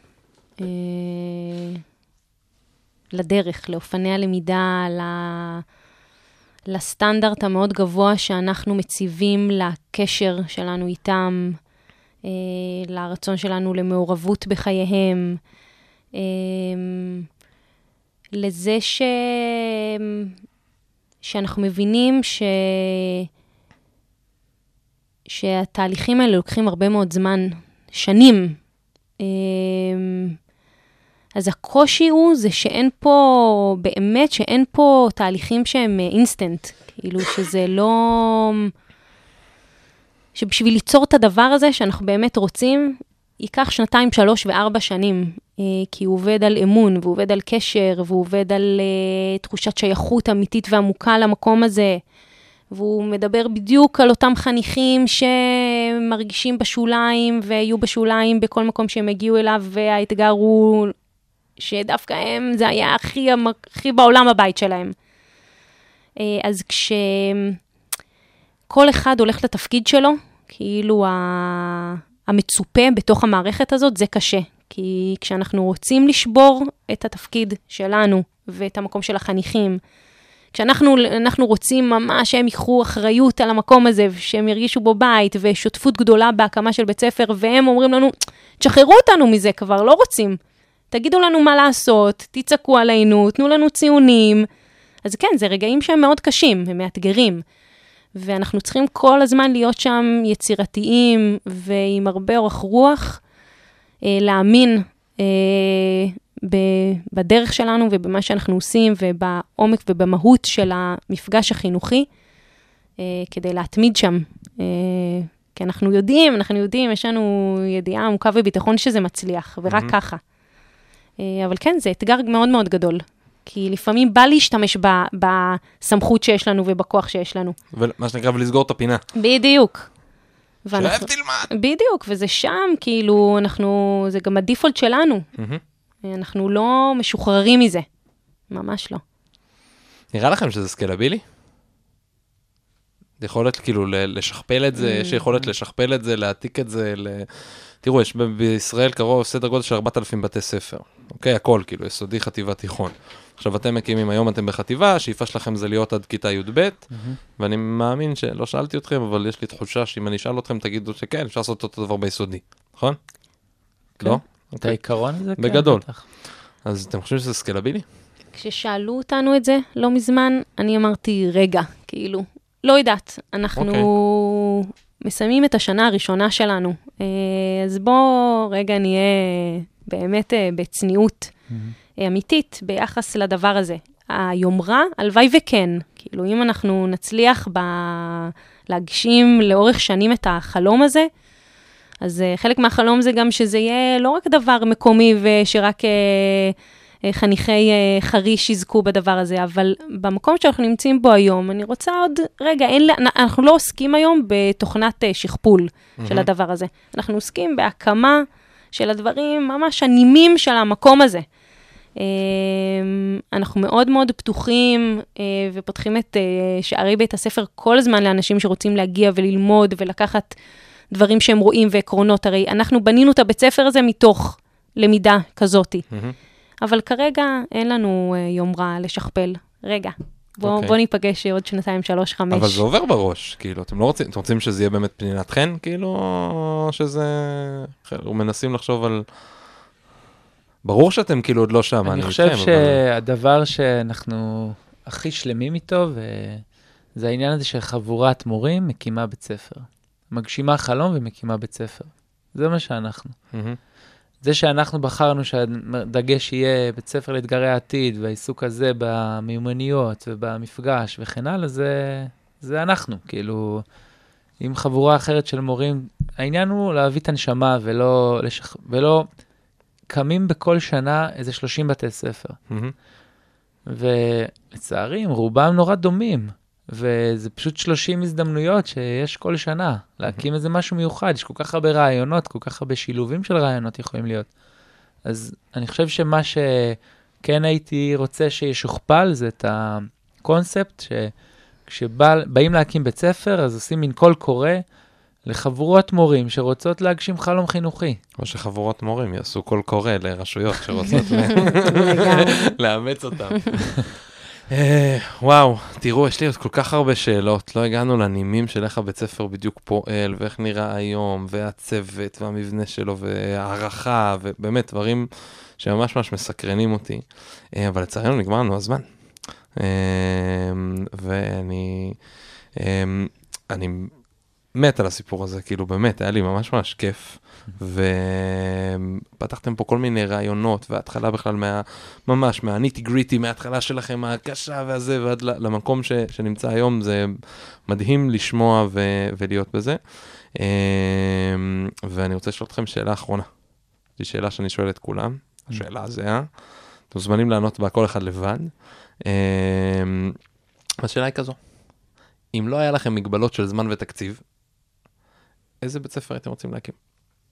לדרך, לאופני הלמידה, לסטנדרט המאוד גבוה שאנחנו מציבים לקשר שלנו איתם, לרצון שלנו למעורבות בחייהם, לזה שאנחנו מבינים שהתהליכים האלה לוקחים הרבה מאוד זמן, שנים. אז הקושי הוא זה שאין פה, באמת שאין פה תהליכים שהם אינסטנט, כאילו שזה לא, שבשביל ליצור את הדבר הזה שאנחנו באמת רוצים, ייקח 2, 3 ו4 שנים, כי הוא עובד על אמון, והוא עובד על קשר, והוא עובד על תחושת שייכות אמיתית ועמוקה למקום הזה, והוא מדבר בדיוק על אותם חניכים שמרגישים בשוליים, ויהיו בשוליים בכל מקום שהם הגיעו אליו, והאתגר הוא שדווקא הם, זה היה הכי בעולם הבית שלהם. אז כשכל אחד הולך לתפקיד שלו, כאילו המצופה בתוך המערכת הזאת, זה קשה. כי כשאנחנו רוצים לשבור את התפקיד שלנו, ואת המקום של החניכים, כשאנחנו רוצים ממש שהם ייקחו אחריות על המקום הזה, שהם ירגישו בו בית, ושותפות גדולה בהקמה של בית ספר, והם אומרים לנו, תשחררו אותנו מזה כבר, לא רוצים. תגידו לנו מה לעשות, תצעקו עלינו, תנו לנו ציונים. אז כן, זה רגעים שהם מאוד קשים, הם מאתגרים. ואנחנו צריכים כל הזמן להיות שם יצירתיים, ועם הרבה אורך רוח, להאמין בדרך שלנו ובמה שאנחנו עושים ובעומק ובמהות של המפגש החינוכי, כדי להתמיד שם. כי אנחנו יודעים, יש לנו ידיעה עמוקה וביטחון שזה מצליח, ורק ככה. אבל כן, זה אתגר מאוד מאוד גדול. כי לפעמים בא להשתמש בסמכות שיש לנו ובכוח שיש לנו. ומה שנקרא, ולסגור את הפינה. בדיוק. שאף תלמד. בדיוק, וזה שם, כאילו, זה גם הדיפולט שלנו. אנחנו לא משוחררים מזה. ממש לא. נראה לכם שזה סקלבילי? יכולת כאילו לשכפל את זה, יש יכולת לשכפל את זה, להעתיק את זה, תראו, יש בישראל קרוב סדר גודל של 4,000 בתי ספר. אוקיי, הכל, כאילו, יסודי, חטיבה, תיכון. עכשיו, אתם מקימים, היום אתם בחטיבה, השאיפה שלכם זה להיות עד כיתה י"ב, ואני מאמין שלא שאלתי אתכם, אבל יש לי תחושה שאם אני אשאל אתכם, תגידו שכן, אפשר לעשות אותו דבר ביסודי, נכון? לא? את העיקרון הזה? בגדול. אז אתם חושבים שזה סקלבילי? כששאלו אותנו את זה לא מזמן, אני אמרתי, רגע, כאילו, לא יודעת, אנחנו מסיימים את השנה הראשונה שלנו, אז בואו רגע נהיה באמת בצניעות אמיתית ביחס לדבר הזה. היומרה, הלוואי וכן, כאילו אם אנחנו נצליח להגשים לאורך שנים את החלום הזה, אז חלק מהחלום זה גם שזה יהיה לא רק דבר מקומי ושרק חניכי חריש יזכו בדבר הזה, אבל במקום שאנחנו נמצאים בו היום, אני רוצה עוד רגע, אנחנו לא עוסקים היום בתוכנת שכפול של הדבר הזה. אנחנו עוסקים בהקמה של הדברים ממש הנימים של המקום הזה. אנחנו מאוד מאוד פתוחים ופותחים את שערי בית הספר כל הזמן לאנשים שרוצים להגיע וללמוד ולקחת דברים שהם רואים ועקרונות. הרי אנחנו בנינו את הבית ספר הזה מתוך למידה כזאתי. אבל כרגע אין לנו יומרה לשכפל. רגע, בוא ניפגש עוד 2, 3, 5. אבל זה עובר בראש, כאילו, אתם רוצים שזה יהיה באמת פנינת חן, כאילו, שזה, מנסים לחשוב על, ברור שאתם כאילו עוד לא שם. אני חושב שהדבר שאנחנו הכי שלמים איתו, זה העניין הזה של חבורת מורים מקימה בית ספר. מגשימה חלום ומקימה בית ספר. זה מה שאנחנו. זה שאנחנו בחרנו שהדגש יהיה בית ספר לאתגרי העתיד, והעיסוק הזה במיומנויות ובמפגש וכן הלאה, זה אנחנו. כאילו, עם חבורה אחרת של מורים, העניין הוא להביא את הנשמה ולא קמים בכל שנה איזה 30 בתי ספר. ולצערי, רובם נורא דומים. וזה פשוט 30 הזדמנויות שיש כל שנה, להקים איזה משהו מיוחד, יש כל כך הרבה רעיונות, כל כך הרבה שילובים של רעיונות יכולים להיות. אז אני חושב שמה שכן הייתי רוצה שישוכפל, זה את הקונספט, שכשבאים להקים בית ספר, אז עושים מין קול קורא לחבורות מורים שרוצות להגשים חלום חינוכי. או שחבורות מורים יעשו קול קורא לרשויות שרוצות לאמץ אותם. וואו, תראו, יש לי עוד כל כך הרבה שאלות, לא הגענו לנימים של איך הבית ספר בדיוק פועל, ואיך נראה היום, והצוות, והמבנה שלו, והערכה, ובאמת דברים שממש ממש מסקרנים אותי, אבל לצערנו נגמר לנו הזמן. ואני מת על הסיפור הזה, כאילו באמת, היה לי ממש ממש כיף, ופתחתם פה כל מיני רעיונות, וההתחלה בכלל ממש מהניטי גריטי, מההתחלה שלכם הקשה והזה, ועד למקום שנמצא היום, זה מדהים לשמוע ולהיות בזה. ואני רוצה לשאול אתכם שאלה אחרונה. זו שאלה שאני שואל את כולם, השאלה הזהה, אתם מוזמנים לענות בה כל אחד לבד. השאלה היא כזו, אם לא היה לכם מגבלות של זמן ותקציב, איזה בית ספר הייתם רוצים להקים?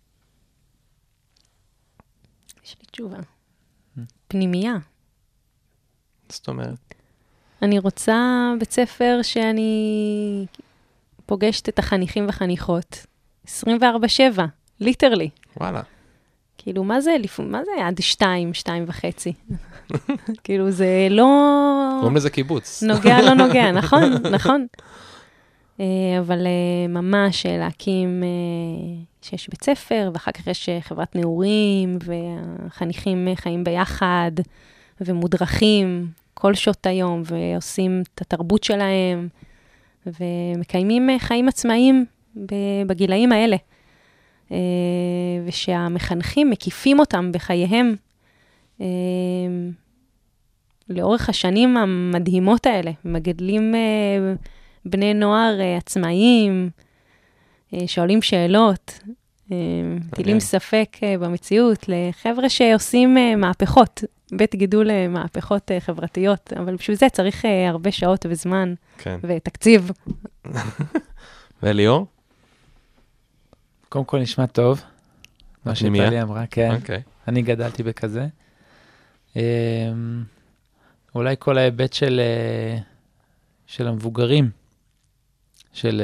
יש לי תשובה. פנימייה. זאת אומרת? אני רוצה בית ספר שאני פוגשת את החניכים וחניכות. 24/7, ליטרלי. וואלה. כאילו, מה זה עד 2.5? כאילו, זה לא... קוראים לזה קיבוץ. נוגע, לא נוגע, נכון, נכון. אבל ממש להקים שיש בית ספר, ואחר כך יש חברת נעורים, והחניכים חיים ביחד, ומודרכים כל שעות היום, ועושים את התרבות שלהם, ומקיימים חיים עצמאיים בגילאים האלה. ושהמחנכים מקיפים אותם בחייהם, לאורך השנים המדהימות האלה, מגדלים בני נוער עצמאיים, שואלים שאלות, טילים ספק במציאות, לחבר'ה שעושים מהפכות, בית גידול מהפכות חברתיות, אבל בשביל זה צריך הרבה שעות וזמן ותקציב. וליאור? קודם כל נשמע טוב, מה שטלי אמרה, כן. אני גדלתי בכזה. אולי כל ההיבט של המבוגרים, של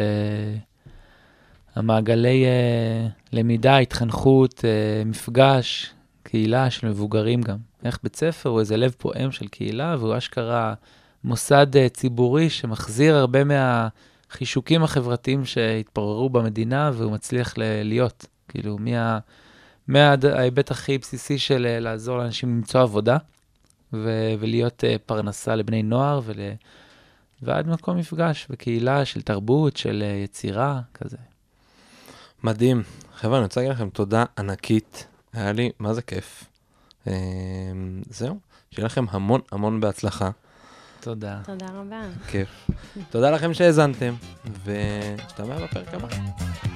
המעגלי למידה, התחנכות, מפגש, קהילה של מבוגרים גם. איך בית ספר הוא איזה לב פועם של קהילה, והוא אשכרה מוסד ציבורי שמחזיר הרבה מהחישוקים החברתיים שהתפוררו במדינה, והוא מצליח להיות, כאילו, מההיבט הכי בסיסי של לעזור לאנשים למצוא עבודה, ולהיות פרנסה לבני נוער, ועד מקום מפגש וקהילה של תרבות, של יצירה, כזה. מדהים. חבר'ה, אני רוצה להגיד לכם תודה ענקית. היה לי, מה זה כיף. זהו, שיהיה לכם המון המון בהצלחה. תודה. תודה רבה. כיף. תודה לכם שהאזנתם, ושתמע בפרק הבא.